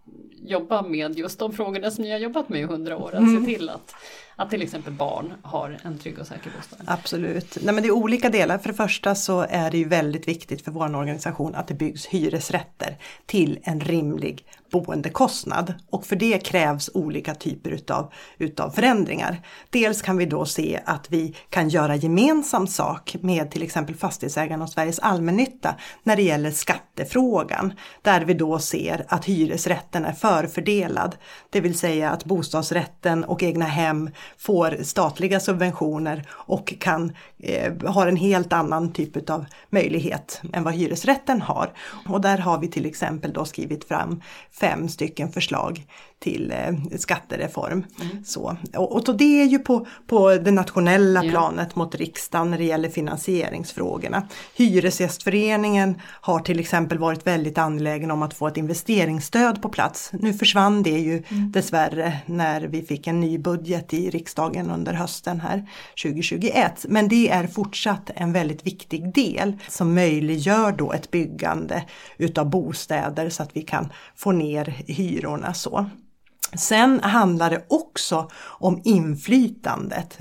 jobba med just de frågorna som ni har jobbat med i hundra år. Att mm. se till att, att till exempel barn har en trygg och säker bostad. Absolut. Nej, men det är olika delar. För det första så är det ju väldigt viktigt för vår organisation att det byggs hyresrätter till en rimlig boendekostnad. Och för det krävs olika typer utav, utav förändringar. Dels kan vi då se att vi kan göra gemensam sak med till exempel Fastighetsägarna och Sveriges allmännytta när det gäller skattefrågan. Där vi då ser att hyresrätten är förfördelad. Det vill säga att bostadsrätten och egna hem får statliga subventioner och kan eh, ha en helt annan typ av möjlighet än vad hyresrätten har. Och där har vi till exempel då skrivit fram fem stycken förslag till eh, skattereform. Mm. Så. Och, och det är ju på, på det nationella planet ja. mot riksdagen när det gäller finansieringsfrågorna. Hyresgästföreningen har till exempel varit väldigt angelägen om att få ett investeringsstöd på plats. Nu försvann det ju mm. dessvärre när vi fick en ny budget i riksdagen under hösten här tjugohundratjugoett. Men det är fortsatt en väldigt viktig del som möjliggör då ett byggande utav bostäder så att vi kan få ner hyrorna så. Sen handlar det också om inflytandet,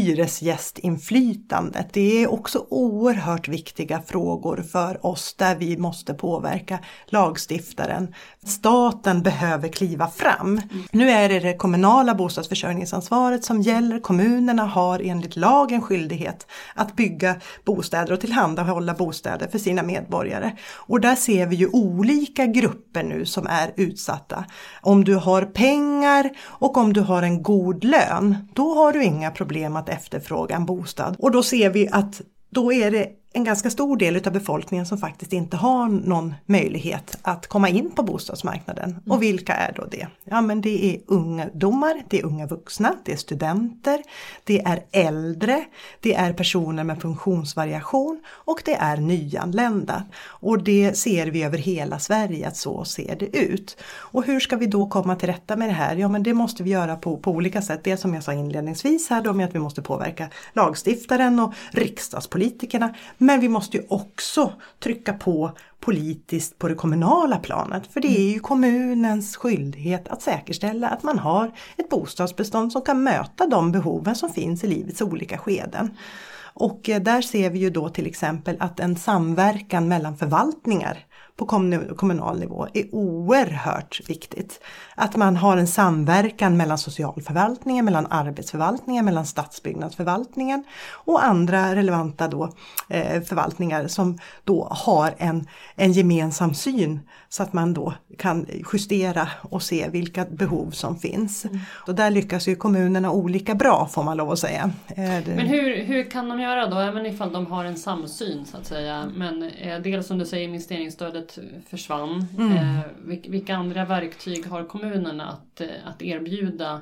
hyresgästinflytandet. Det är också oerhört viktiga frågor för oss där vi måste påverka lagstiftaren. Staten behöver kliva fram. Mm. Nu är det det kommunala bostadsförsörjningsansvaret som gäller. Kommunerna har enligt lagen skyldighet att bygga bostäder och tillhandahålla bostäder för sina medborgare. Och där ser vi ju olika grupper nu som är utsatta. Om du har pengar och om du har en god lön, då har du inga problem att efterfråga en bostad. Och då ser vi att då är det en ganska stor del av befolkningen som faktiskt inte har någon möjlighet att komma in på bostadsmarknaden. Mm. Och vilka är då det? Ja, men det är ungdomar, det är unga vuxna, det är studenter, det är äldre, det är personer med funktionsvariation och det är nyanlända. Och det ser vi över hela Sverige att så ser det ut. Och hur ska vi då komma till rätta med det här? Ja, men det måste vi göra på, på olika sätt. Det som jag sa inledningsvis här då med att vi måste påverka lagstiftaren och riksdagspolitikerna. Men vi måste ju också trycka på politiskt på det kommunala planet. För det är ju kommunens skyldighet att säkerställa att man har ett bostadsbestånd som kan möta de behoven som finns i livets olika skeden. Och där ser vi ju då till exempel att en samverkan mellan förvaltningar på kommunal nivå är oerhört viktigt. Att man har en samverkan mellan socialförvaltningen, mellan arbetsförvaltningen, mellan stadsbyggnadsförvaltningen och andra relevanta då, eh, förvaltningar som då har en, en gemensam syn så att man då kan justera och se vilka behov som finns. Mm. Och där lyckas ju kommunerna olika bra får man lov att säga. Eh, det... Men hur, hur kan de göra då, även ifall de har en samsyn så att säga, men eh, dels som du säger investeringsstödet försvann. Mm. Eh, vilka andra verktyg har kommunerna att, att erbjuda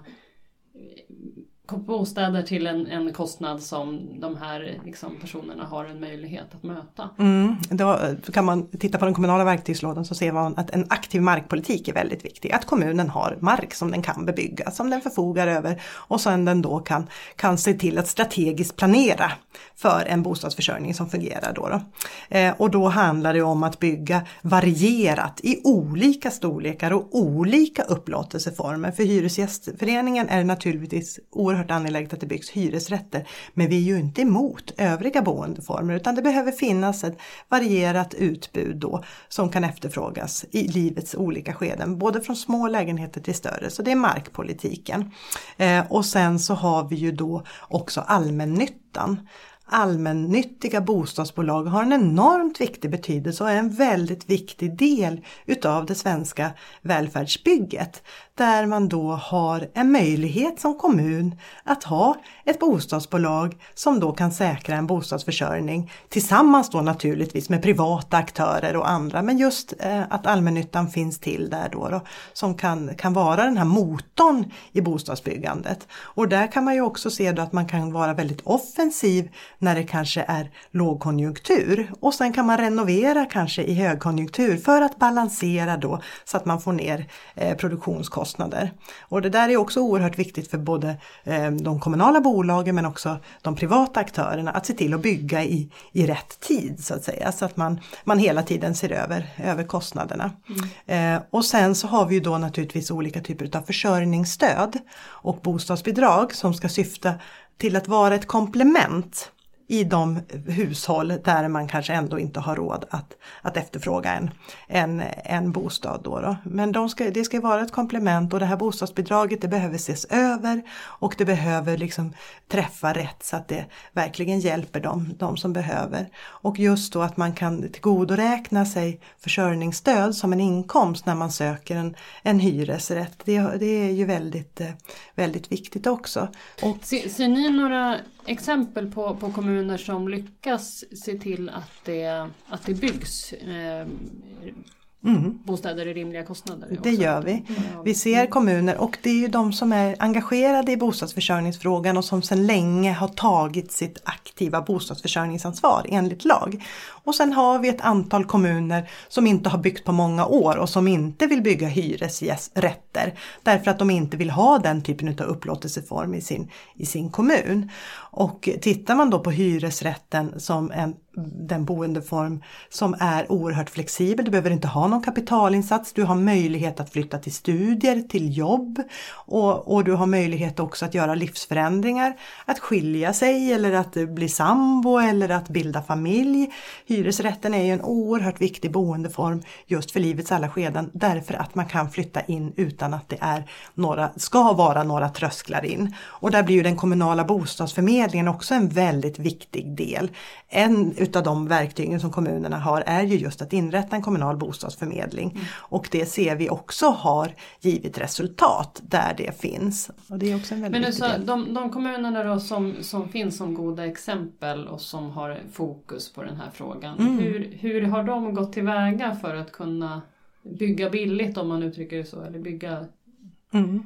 bostäder till en, en kostnad som de här liksom, personerna har en möjlighet att möta? Mm. Då kan man titta på den kommunala verktygslådan så ser man att en aktiv markpolitik är väldigt viktig. Att kommunen har mark som den kan bebygga, som den förfogar över och sen den då kan, kan se till att strategiskt planera för en bostadsförsörjning som fungerar då. då. Eh, och då handlar det om att bygga varierat i olika storlekar och olika upplåtelseformer. För hyresgästföreningen är det naturligtvis oerhört angeläget att det byggs hyresrätter. Men vi är ju inte emot övriga boendeformer utan det behöver finnas ett varierat utbud då som kan efterfrågas i livets olika skeden. Både från små lägenheter till större. Så det är markpolitiken. Eh, och sen så har vi ju då också allmännyttan. Allmännyttiga bostadsbolag har en enormt viktig betydelse och är en väldigt viktig del utav det svenska välfärdsbygget. Där man då har en möjlighet som kommun att ha ett bostadsbolag som då kan säkra en bostadsförsörjning tillsammans då naturligtvis med privata aktörer och andra. Men just eh, att allmännyttan finns till där då, då som kan, kan vara den här motorn i bostadsbyggandet. Och där kan man ju också se då att man kan vara väldigt offensiv när det kanske är lågkonjunktur. Och sen kan man renovera kanske i högkonjunktur för att balansera då så att man får ner eh, produktionskostnader. Och det där är också oerhört viktigt för både eh, de kommunala bolagen men också de privata aktörerna att se till att bygga i, i rätt tid så att säga. Så att man, man hela tiden ser över, över kostnaderna. Mm. Eh, och sen så har vi ju då naturligtvis olika typer av försörjningsstöd och bostadsbidrag som ska syfta till att vara ett komplement i de hushåll där man kanske ändå inte har råd att, att efterfråga en, en, en bostad. Då då. Men de ska, det ska vara ett komplement och det här bostadsbidraget det behöver ses över och det behöver liksom träffa rätt så att det verkligen hjälper dem, de som behöver. Och just då att man kan tillgodoräkna sig försörjningsstöd som en inkomst när man söker en, en hyresrätt. Det, det är ju väldigt, väldigt viktigt också. Och, ser, ser ni några exempel på, på kommuner som lyckas se till att det, att det byggs eh, mm. bostäder i rimliga kostnader? Det gör vi. Vi ser kommuner och det är ju de som är engagerade i bostadsförsörjningsfrågan och som sedan länge har tagit sitt aktiva bostadsförsörjningsansvar enligt lag. Och sen har vi ett antal kommuner som inte har byggt på många år och som inte vill bygga hyresrätter därför att de inte vill ha den typen av upplåtelseform i sin, i sin kommun. Och tittar man då på hyresrätten som en, den boendeform som är oerhört flexibel, du behöver inte ha någon kapitalinsats, du har möjlighet att flytta till studier, till jobb och, och du har möjlighet också att göra livsförändringar, att skilja sig eller att bli sambo eller att bilda familj. Hyresrätten är ju en oerhört viktig boendeform just för livets alla skeden därför att man kan flytta in utan att det är några, ska vara några trösklar in. Och där blir ju den kommunala bostadsförmedlingen också en väldigt viktig del. En utav de verktygen som kommunerna har är ju just att inrätta en kommunal bostadsförmedling. Mm. Och det ser vi också har givit resultat där det finns. Och det är också en väldigt Men viktig alltså, del. De, de kommunerna då som, som finns som goda exempel och som har fokus på den här frågan. Mm. Hur, hur har de gått tillväga för att kunna bygga billigt om man uttrycker det så? Eller bygga... Mm.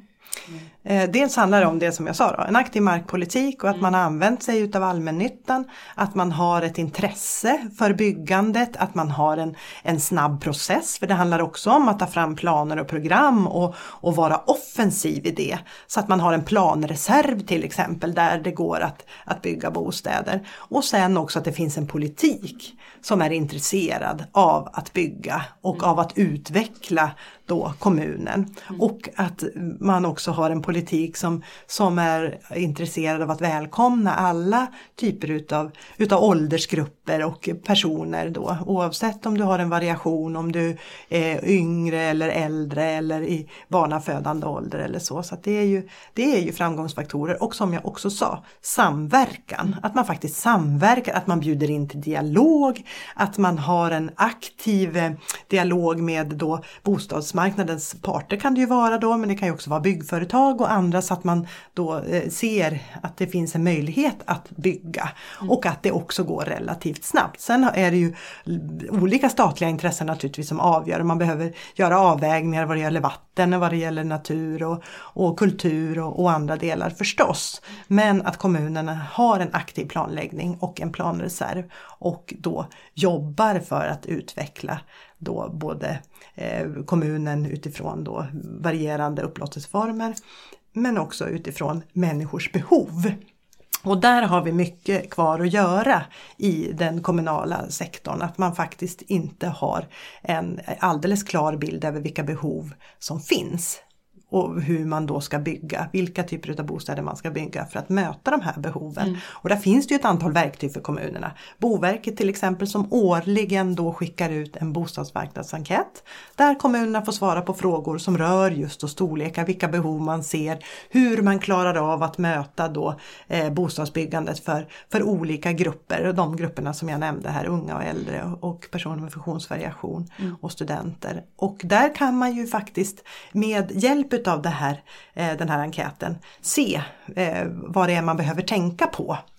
Mm. Dels handlar det om det som jag sa då, en aktiv markpolitik och att mm. man har använt sig utav allmännyttan, att man har ett intresse för byggandet, att man har en, en snabb process, för det handlar också om att ta fram planer och program och, och vara offensiv i det, så att man har en planreserv till exempel där det går att, att bygga bostäder och sen också att det finns en politik som är intresserad av att bygga och mm. av att utveckla då kommunen mm. och att man också har en politik som, som är intresserad av att välkomna alla typer utav, utav åldersgrupper och personer då, oavsett om du har en variation, om du är yngre eller äldre eller i barnafödande ålder eller så. Så att det är ju, det är ju framgångsfaktorer och som jag också sa, samverkan, att man faktiskt samverkar, att man bjuder in till dialog, att man har en aktiv dialog med då bostadsmarknadens parter kan det ju vara då, men det kan ju också vara byggföretag och andra så att man då eh, ser att det finns en möjlighet att bygga mm. och att det också går relativt snabbt. Sen är det ju olika statliga intressen naturligtvis som avgör. Man behöver göra avvägningar vad det gäller vatten, vad det gäller natur och, och kultur och, och andra delar förstås. Men att kommunerna har en aktiv planläggning och en planreserv och då jobbar för att utveckla då både eh, kommunen utifrån då varierande upplåtelseformer men också utifrån människors behov. Och där har vi mycket kvar att göra i den kommunala sektorn, att man faktiskt inte har en alldeles klar bild över vilka behov som finns. Och hur man då ska bygga, vilka typer av bostäder man ska bygga för att möta de här behoven. Mm. Och där finns det ju ett antal verktyg för kommunerna. Boverket till exempel som årligen då skickar ut en bostadsmarknadsenkät. Där kommunerna får svara på frågor som rör just då storlekar, vilka behov man ser. Hur man klarar av att möta då eh, bostadsbyggandet för, för olika grupper. Och de grupperna som jag nämnde här, unga och äldre och personer med funktionsvariation mm. och studenter. Och där kan man ju faktiskt med hjälp av det här, den här enkäten se vad det är man behöver tänka på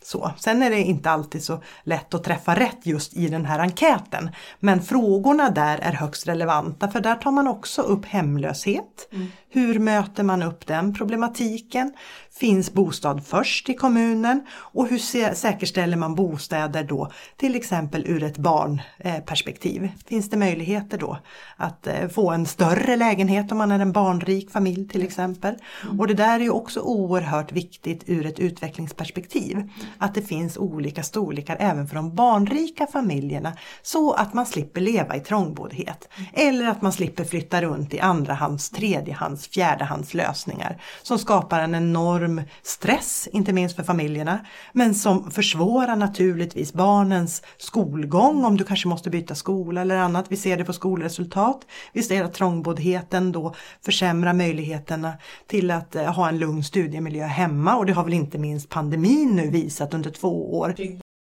Så. Sen är det inte alltid så lätt att träffa rätt just i den här enkäten. Men frågorna där är högst relevanta, för där tar man också upp hemlöshet. Mm. Hur möter man upp den problematiken? Finns bostad först i kommunen? Och hur sä- säkerställer man bostäder då? Till exempel ur ett barnperspektiv. Finns det möjligheter då att eh, få en större lägenhet om man är en barnrik familj till exempel? Mm. Och det där är ju också oerhört viktigt ur ett utvecklingsperspektiv. Mm. Att det finns olika storlekar även för de barnrika familjerna. Så att man slipper leva i trångboddhet. Mm. Eller att man slipper flytta runt i andrahands, tredjehands, fjärdehands lösningar. Som skapar en enorm stress, inte minst för familjerna, men som försvårar naturligtvis barnens skolgång om du kanske måste byta skola eller annat. Vi ser det på skolresultat. Vi ser att trångboddheten då försämrar möjligheterna till att uh, ha en lugn studiemiljö hemma, och det har väl inte minst pandemin nu visat under två år.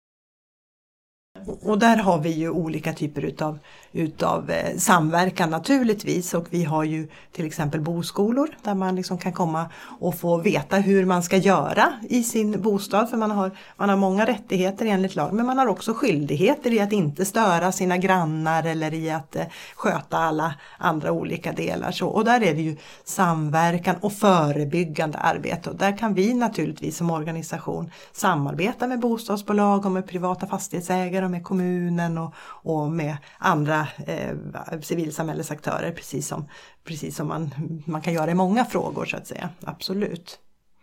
Och där har vi ju olika typer utav, utav eh, samverkan naturligtvis, och vi har ju till exempel boskolor där man liksom kan komma och få veta hur man ska göra i sin bostad, för man har, man har många rättigheter enligt lag, men man har också skyldigheter i att inte störa sina grannar eller i att eh, sköta alla andra olika delar. Så, och där är det ju samverkan och förebyggande arbete, och där kan vi naturligtvis som organisation samarbeta med bostadsbolag och med privata fastighetsägare och med kommunen och, och med andra eh, civilsamhällesaktörer, precis som, precis som man, man kan göra i många frågor så att säga, absolut.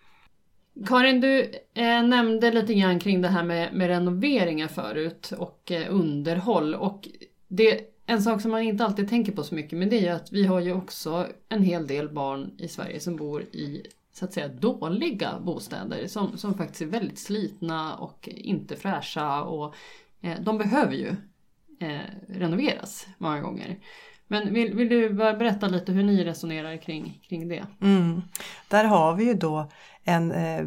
Karin, du eh, nämnde lite grann kring det här med, med renoveringar förut och eh, underhåll, och det, en sak som man inte alltid tänker på så mycket, men det är att vi har ju också en hel del barn i Sverige som bor i så att säga dåliga bostäder som, som faktiskt är väldigt slitna och inte fräscha, och eh, de behöver ju eh, renoveras många gånger. Men vill, vill du bara berätta lite hur ni resonerar kring, kring det? Mm. Där har vi ju då en, eh,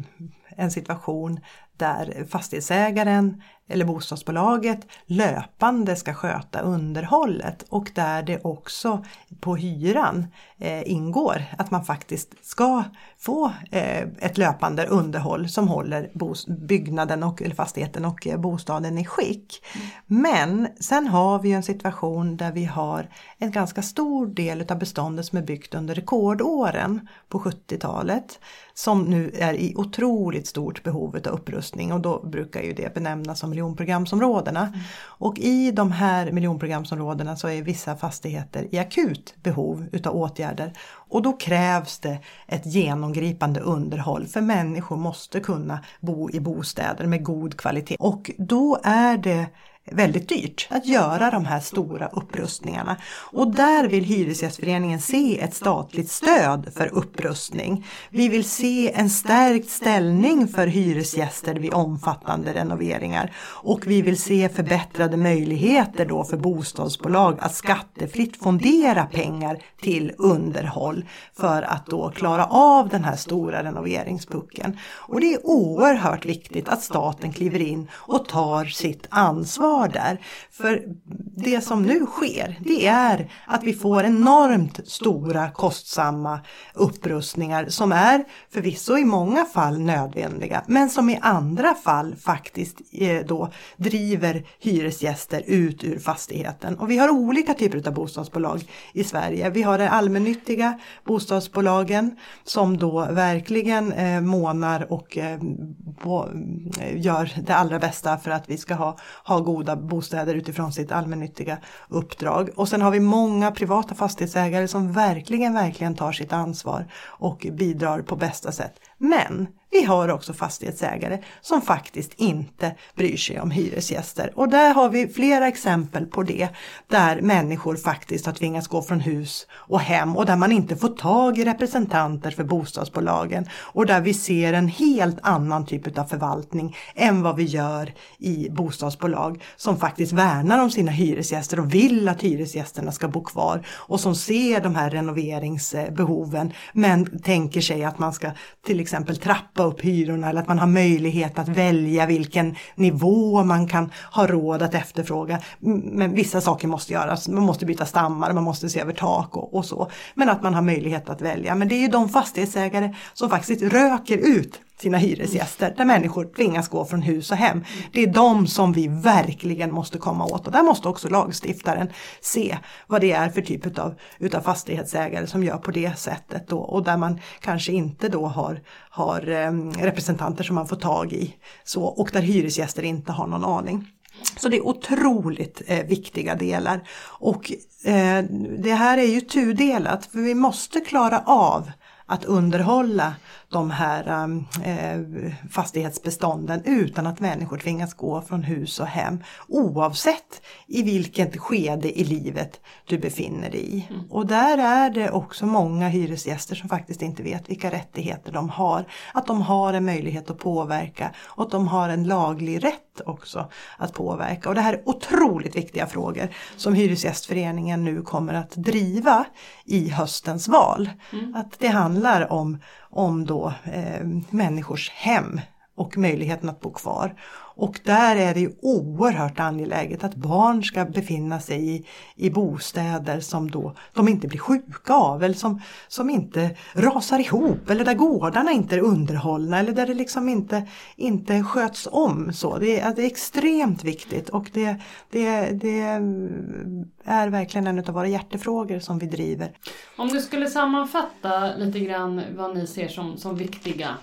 en situation där fastighetsägaren eller bostadsbolaget löpande ska sköta underhållet, och där det också på hyran eh, ingår att man faktiskt ska få eh, ett löpande underhåll som håller bos- byggnaden och, eller fastigheten och eh, bostaden i skick. Mm. Men sen har vi en situation där vi har en ganska stor del av beståndet som är byggt under rekordåren på sjuttiotalet, som nu är i otroligt stort behov av upprustning, och då brukar ju det benämnas som miljonprogramsområdena. Mm. Och i de här miljonprogramsområdena så är vissa fastigheter i akut behov utav åtgärder, och då krävs det ett genomgripande underhåll, för människor måste kunna bo i bostäder med god kvalitet, och då är det väldigt dyrt att göra de här stora upprustningarna. Och där vill Hyresgästföreningen se ett statligt stöd för upprustning. Vi vill se en stärkt ställning för hyresgäster vid omfattande renoveringar. Och vi vill se förbättrade möjligheter då för bostadsbolag att skattefritt fondera pengar till underhåll för att då klara av den här stora renoveringspucken. Och det är oerhört viktigt att staten kliver in och tar sitt ansvar där. För det som nu sker, det är att vi får enormt stora kostsamma upprustningar som är förvisso i många fall nödvändiga, men som i andra fall faktiskt eh, då driver hyresgäster ut ur fastigheten. Och vi har olika typer av bostadsbolag i Sverige. Vi har de allmännyttiga bostadsbolagen som då verkligen eh, månar och eh, bo, gör det allra bästa för att vi ska ha, ha goda bostäder utifrån sitt allmännyttiga uppdrag. Och sen har vi många privata fastighetsägare som verkligen, verkligen tar sitt ansvar och bidrar på bästa sätt. Men vi har också fastighetsägare som faktiskt inte bryr sig om hyresgäster. Och där har vi flera exempel på det, där människor faktiskt har tvingats gå från hus och hem, och där man inte får tag i representanter för bostadsbolagen, och där vi ser en helt annan typ av förvaltning än vad vi gör i bostadsbolag som faktiskt värnar om sina hyresgäster och vill att hyresgästerna ska bo kvar, och som ser de här renoveringsbehoven men tänker sig att man ska till exempel trappa upp hyrorna, eller att man har möjlighet att välja vilken nivå man kan ha råd att efterfråga. Men vissa saker måste göras. Man måste byta stammar, man måste se över tak och, och så. Men att man har möjlighet att välja. Men det är ju de fastighetsägare som faktiskt röker ut sina hyresgäster, där människor tvingas gå från hus och hem. Det är de som vi verkligen måste komma åt, och där måste också lagstiftaren se vad det är för typ av, utav fastighetsägare som gör på det sättet då, och där man kanske inte då har, har eh, representanter som man får tag i så, och där hyresgäster inte har någon aning. Så det är otroligt eh, viktiga delar, och eh, det här är ju tudelat, för vi måste klara av att underhålla de här eh, fastighetsbestånden utan att människor tvingas gå från hus och hem, oavsett i vilket skede i livet du befinner dig i. Mm. Och där är det också många hyresgäster som faktiskt inte vet vilka rättigheter de har. Att de har en möjlighet att påverka, och att de har en laglig rätt också att påverka. Och det här är otroligt viktiga frågor som Hyresgästföreningen nu kommer att driva i höstens val. Mm. Att det handlar om om då eh, människors hem och möjligheten att bo kvar. Och där är det ju oerhört angeläget att barn ska befinna sig i, i bostäder som då de inte blir sjuka av, eller som, som inte rasar ihop, eller där gårdarna inte är underhållna, eller där det liksom inte, inte sköts om. Så. Det, är, det är extremt viktigt, och det, det, det är verkligen en av våra hjärtefrågor som vi driver. Om du skulle sammanfatta lite grann vad ni ser som, som viktiga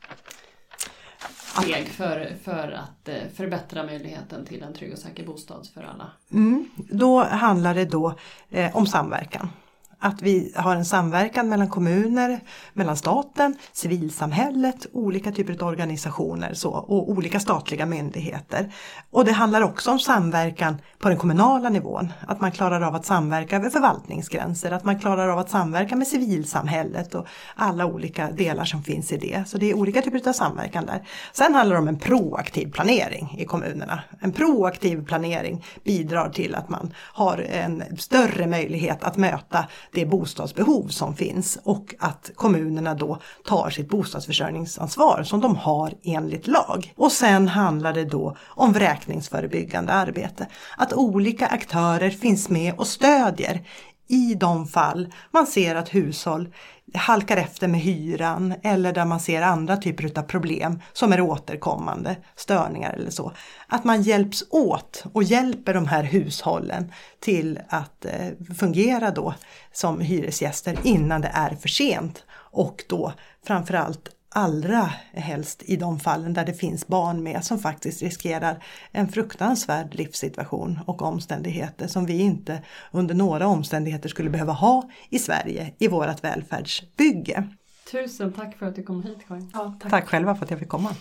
steg för, för att eh, förbättra möjligheten till en trygg och säker bostad för alla? Mm, då handlar det då eh, om samverkan. Att vi har en samverkan mellan kommuner, mellan staten, civilsamhället, olika typer av organisationer så, och olika statliga myndigheter. Och det handlar också om samverkan på den kommunala nivån. Att man klarar av att samverka över förvaltningsgränser, att man klarar av att samverka med civilsamhället och alla olika delar som finns i det. Så det är olika typer av samverkan där. Sen handlar det om en proaktiv planering i kommunerna. En proaktiv planering bidrar till att man har en större möjlighet att möta det bostadsbehov som finns, och att kommunerna då tar sitt bostadsförsörjningsansvar som de har enligt lag. Och sen handlar det då om vräkningsförebyggande arbete. Att olika aktörer finns med och stödjer i de fall man ser att hushåll halkar efter med hyran, eller där man ser andra typer av problem som är återkommande, störningar eller så. Att man hjälps åt och hjälper de här hushållen till att eh, fungera då som hyresgäster innan det är för sent. Och då framförallt allra helst i de fallen där det finns barn med som faktiskt riskerar en fruktansvärd livssituation och omständigheter som vi inte under några omständigheter skulle behöva ha i Sverige i vårt välfärdsbygge. Tusen tack för att du kom hit, Karin. Ja, tack. tack själva för att jag fick komma.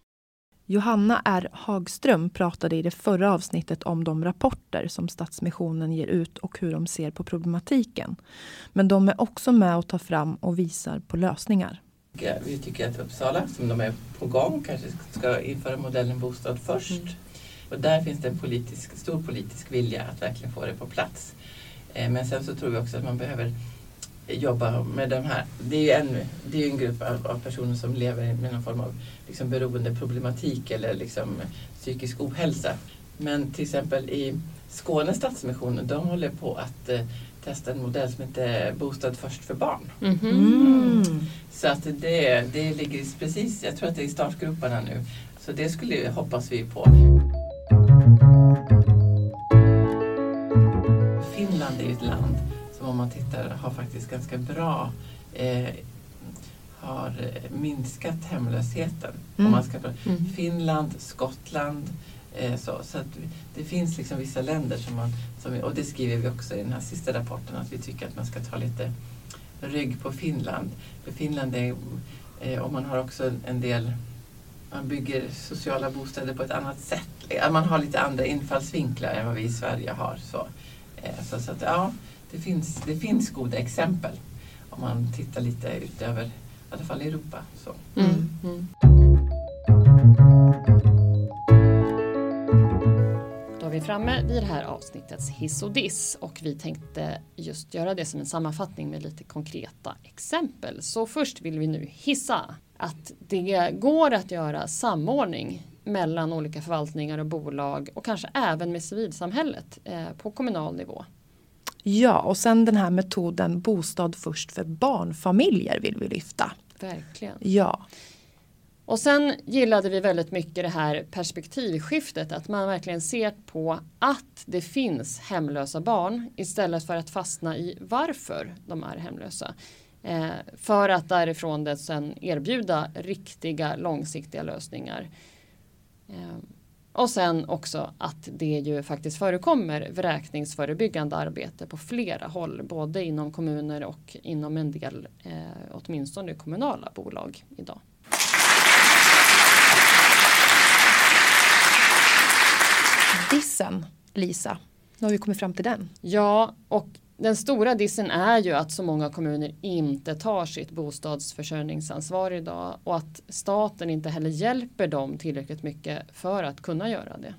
Johanna R. Hagström pratade i det förra avsnittet om de rapporter som Stadsmissionen ger ut och hur de ser på problematiken. Men de är också med och tar fram och visar på lösningar. Vi tycker att Uppsala, som de är på gång, kanske ska införa modellen bostad först. Mm. Och där finns det en politisk, stor politisk vilja att verkligen få det på plats. Men sen så tror vi också att man behöver jobba med de här. Det är ju en, det är en grupp av, av personer som lever med någon form av liksom beroendeproblematik eller liksom psykisk ohälsa. Men till exempel i Skåne Stadsmission, de håller på att eh, testa en modell som heter Bostad först för barn. Mm-hmm. Mm. Så att det, det ligger precis, jag tror att det är i startgrupperna nu. Så det skulle hoppas vi på. Finland är ju ett land som, om man tittar, har faktiskt ganska bra eh, har minskat hemlösheten. Mm. Om man ska, mm. Finland, Skottland. Så, så att det finns liksom vissa länder som man, som, och det skriver vi också i den här sista rapporten, att vi tycker att man ska ta lite rygg på Finland. För Finland är, eh, och man har också en del, man bygger sociala bostäder på ett annat sätt. Man har lite andra infallsvinklar än vad vi i Sverige har. Så, eh, så, så att ja, det finns, det finns goda exempel om man tittar lite utöver, i alla fall Europa. Så. Mm. Mm. Vi är framme vid det här avsnittets hiss och diss, och vi tänkte just göra det som en sammanfattning med lite konkreta exempel. Så först vill vi nu hissa att det går att göra samordning mellan olika förvaltningar och bolag, och kanske även med civilsamhället eh, på kommunal nivå. Ja, och sen den här metoden bostad först för barnfamiljer vill vi lyfta. Verkligen. Ja. Och sen gillade vi väldigt mycket det här perspektivskiftet, att man verkligen ser på att det finns hemlösa barn istället för att fastna i varför de är hemlösa. Eh, för att därifrån det sen erbjuda riktiga långsiktiga lösningar. Eh, och sen också att det ju faktiskt förekommer vräkningsförebyggande arbete på flera håll, både inom kommuner och inom en del eh, åtminstone kommunala bolag idag. Dissen, Lisa, nu har vi kommit fram till den. Ja, och den stora dissen är ju att så många kommuner inte tar sitt bostadsförsörjningsansvar idag och att staten inte heller hjälper dem tillräckligt mycket för att kunna göra det.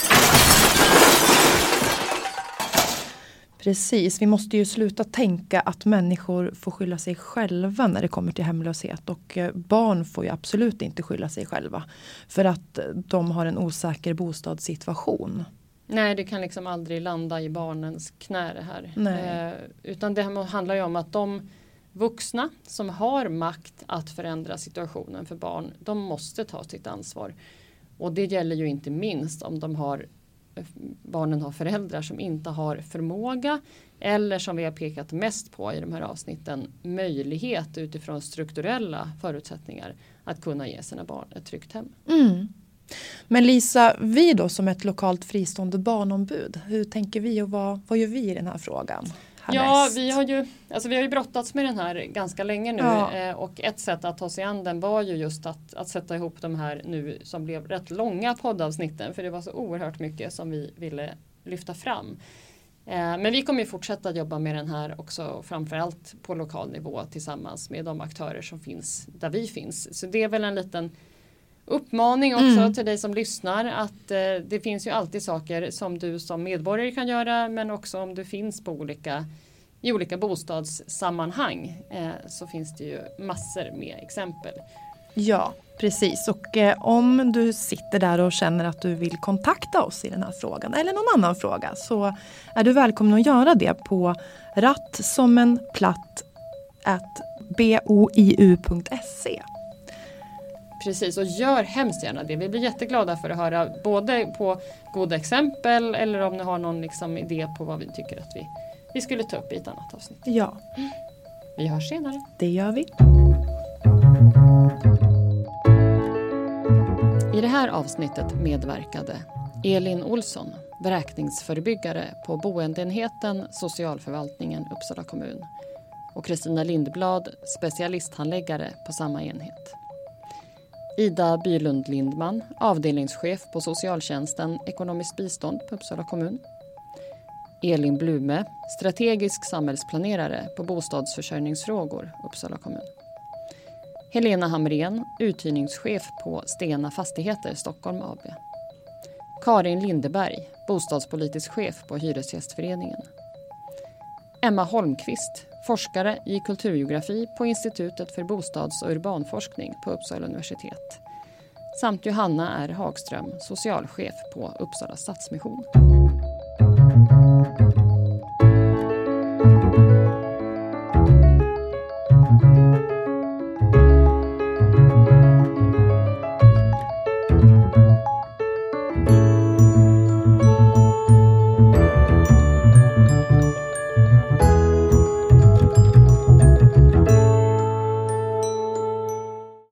Precis, vi måste ju sluta tänka att människor får skylla sig själva när det kommer till hemlöshet, och barn får ju absolut inte skylla sig själva för att de har en osäker bostadssituation. Nej, det kan liksom aldrig landa i barnens knä det här. Nej. Eh, utan det handlar ju om att de vuxna som har makt att förändra situationen för barn, de måste ta sitt ansvar. Och det gäller ju inte minst om de har, barnen har föräldrar som inte har förmåga eller, som vi har pekat mest på i de här avsnitten, möjlighet utifrån strukturella förutsättningar att kunna ge sina barn ett tryggt hem. Mm. Men Lisa, vi då som ett lokalt fristående barnombud, hur tänker vi och vad, vad gör vi i den här frågan? Ja, vi har, ju, alltså vi har ju brottats med den här ganska länge nu ja. eh, och ett sätt att ta sig an den var ju just att, att sätta ihop de här nu som blev rätt långa poddavsnitten, för det var så oerhört mycket som vi ville lyfta fram. Eh, men vi kommer ju fortsätta jobba med den här också, framförallt på lokal nivå tillsammans med de aktörer som finns där vi finns. Så det är väl en liten uppmaning också mm. till dig som lyssnar, att eh, det finns ju alltid saker som du som medborgare kan göra, men också om du finns på olika, i olika bostadssammanhang eh, så finns det ju massor med exempel. Ja, precis. Och eh, om du sitter där och känner att du vill kontakta oss i den här frågan eller någon annan fråga, så är du välkommen att göra det på rattsommenplatt at boiu punkt se. Precis, och gör hemskt gärna det. Vi blir jätteglada för att höra både på goda exempel eller om ni har någon liksom idé på vad vi tycker att vi, vi skulle ta upp i ett annat avsnitt. Ja. Vi hörs senare. Det gör vi. I det här avsnittet medverkade Elin Olsson, vräkningsförebyggare på boendeenheten Socialförvaltningen Uppsala kommun, och Kristina Lindblad, specialisthandläggare på samma enhet. Ida Bylund Lindman, avdelningschef på socialtjänsten ekonomiskt bistånd på Uppsala kommun. Elin Blume, strategisk samhällsplanerare på bostadsförsörjningsfrågor Uppsala kommun. Helena Hamrén, uthyrningschef på Stena Fastigheter Stockholm A B. Karin Lindeberg, bostadspolitisk chef på Hyresgästföreningen. Emma Holmqvist, forskare i kulturgeografi på Institutet för bostads- och urbanforskning på Uppsala universitet. Samt Johanna R. Hagström, socialchef på Uppsala Stadsmission.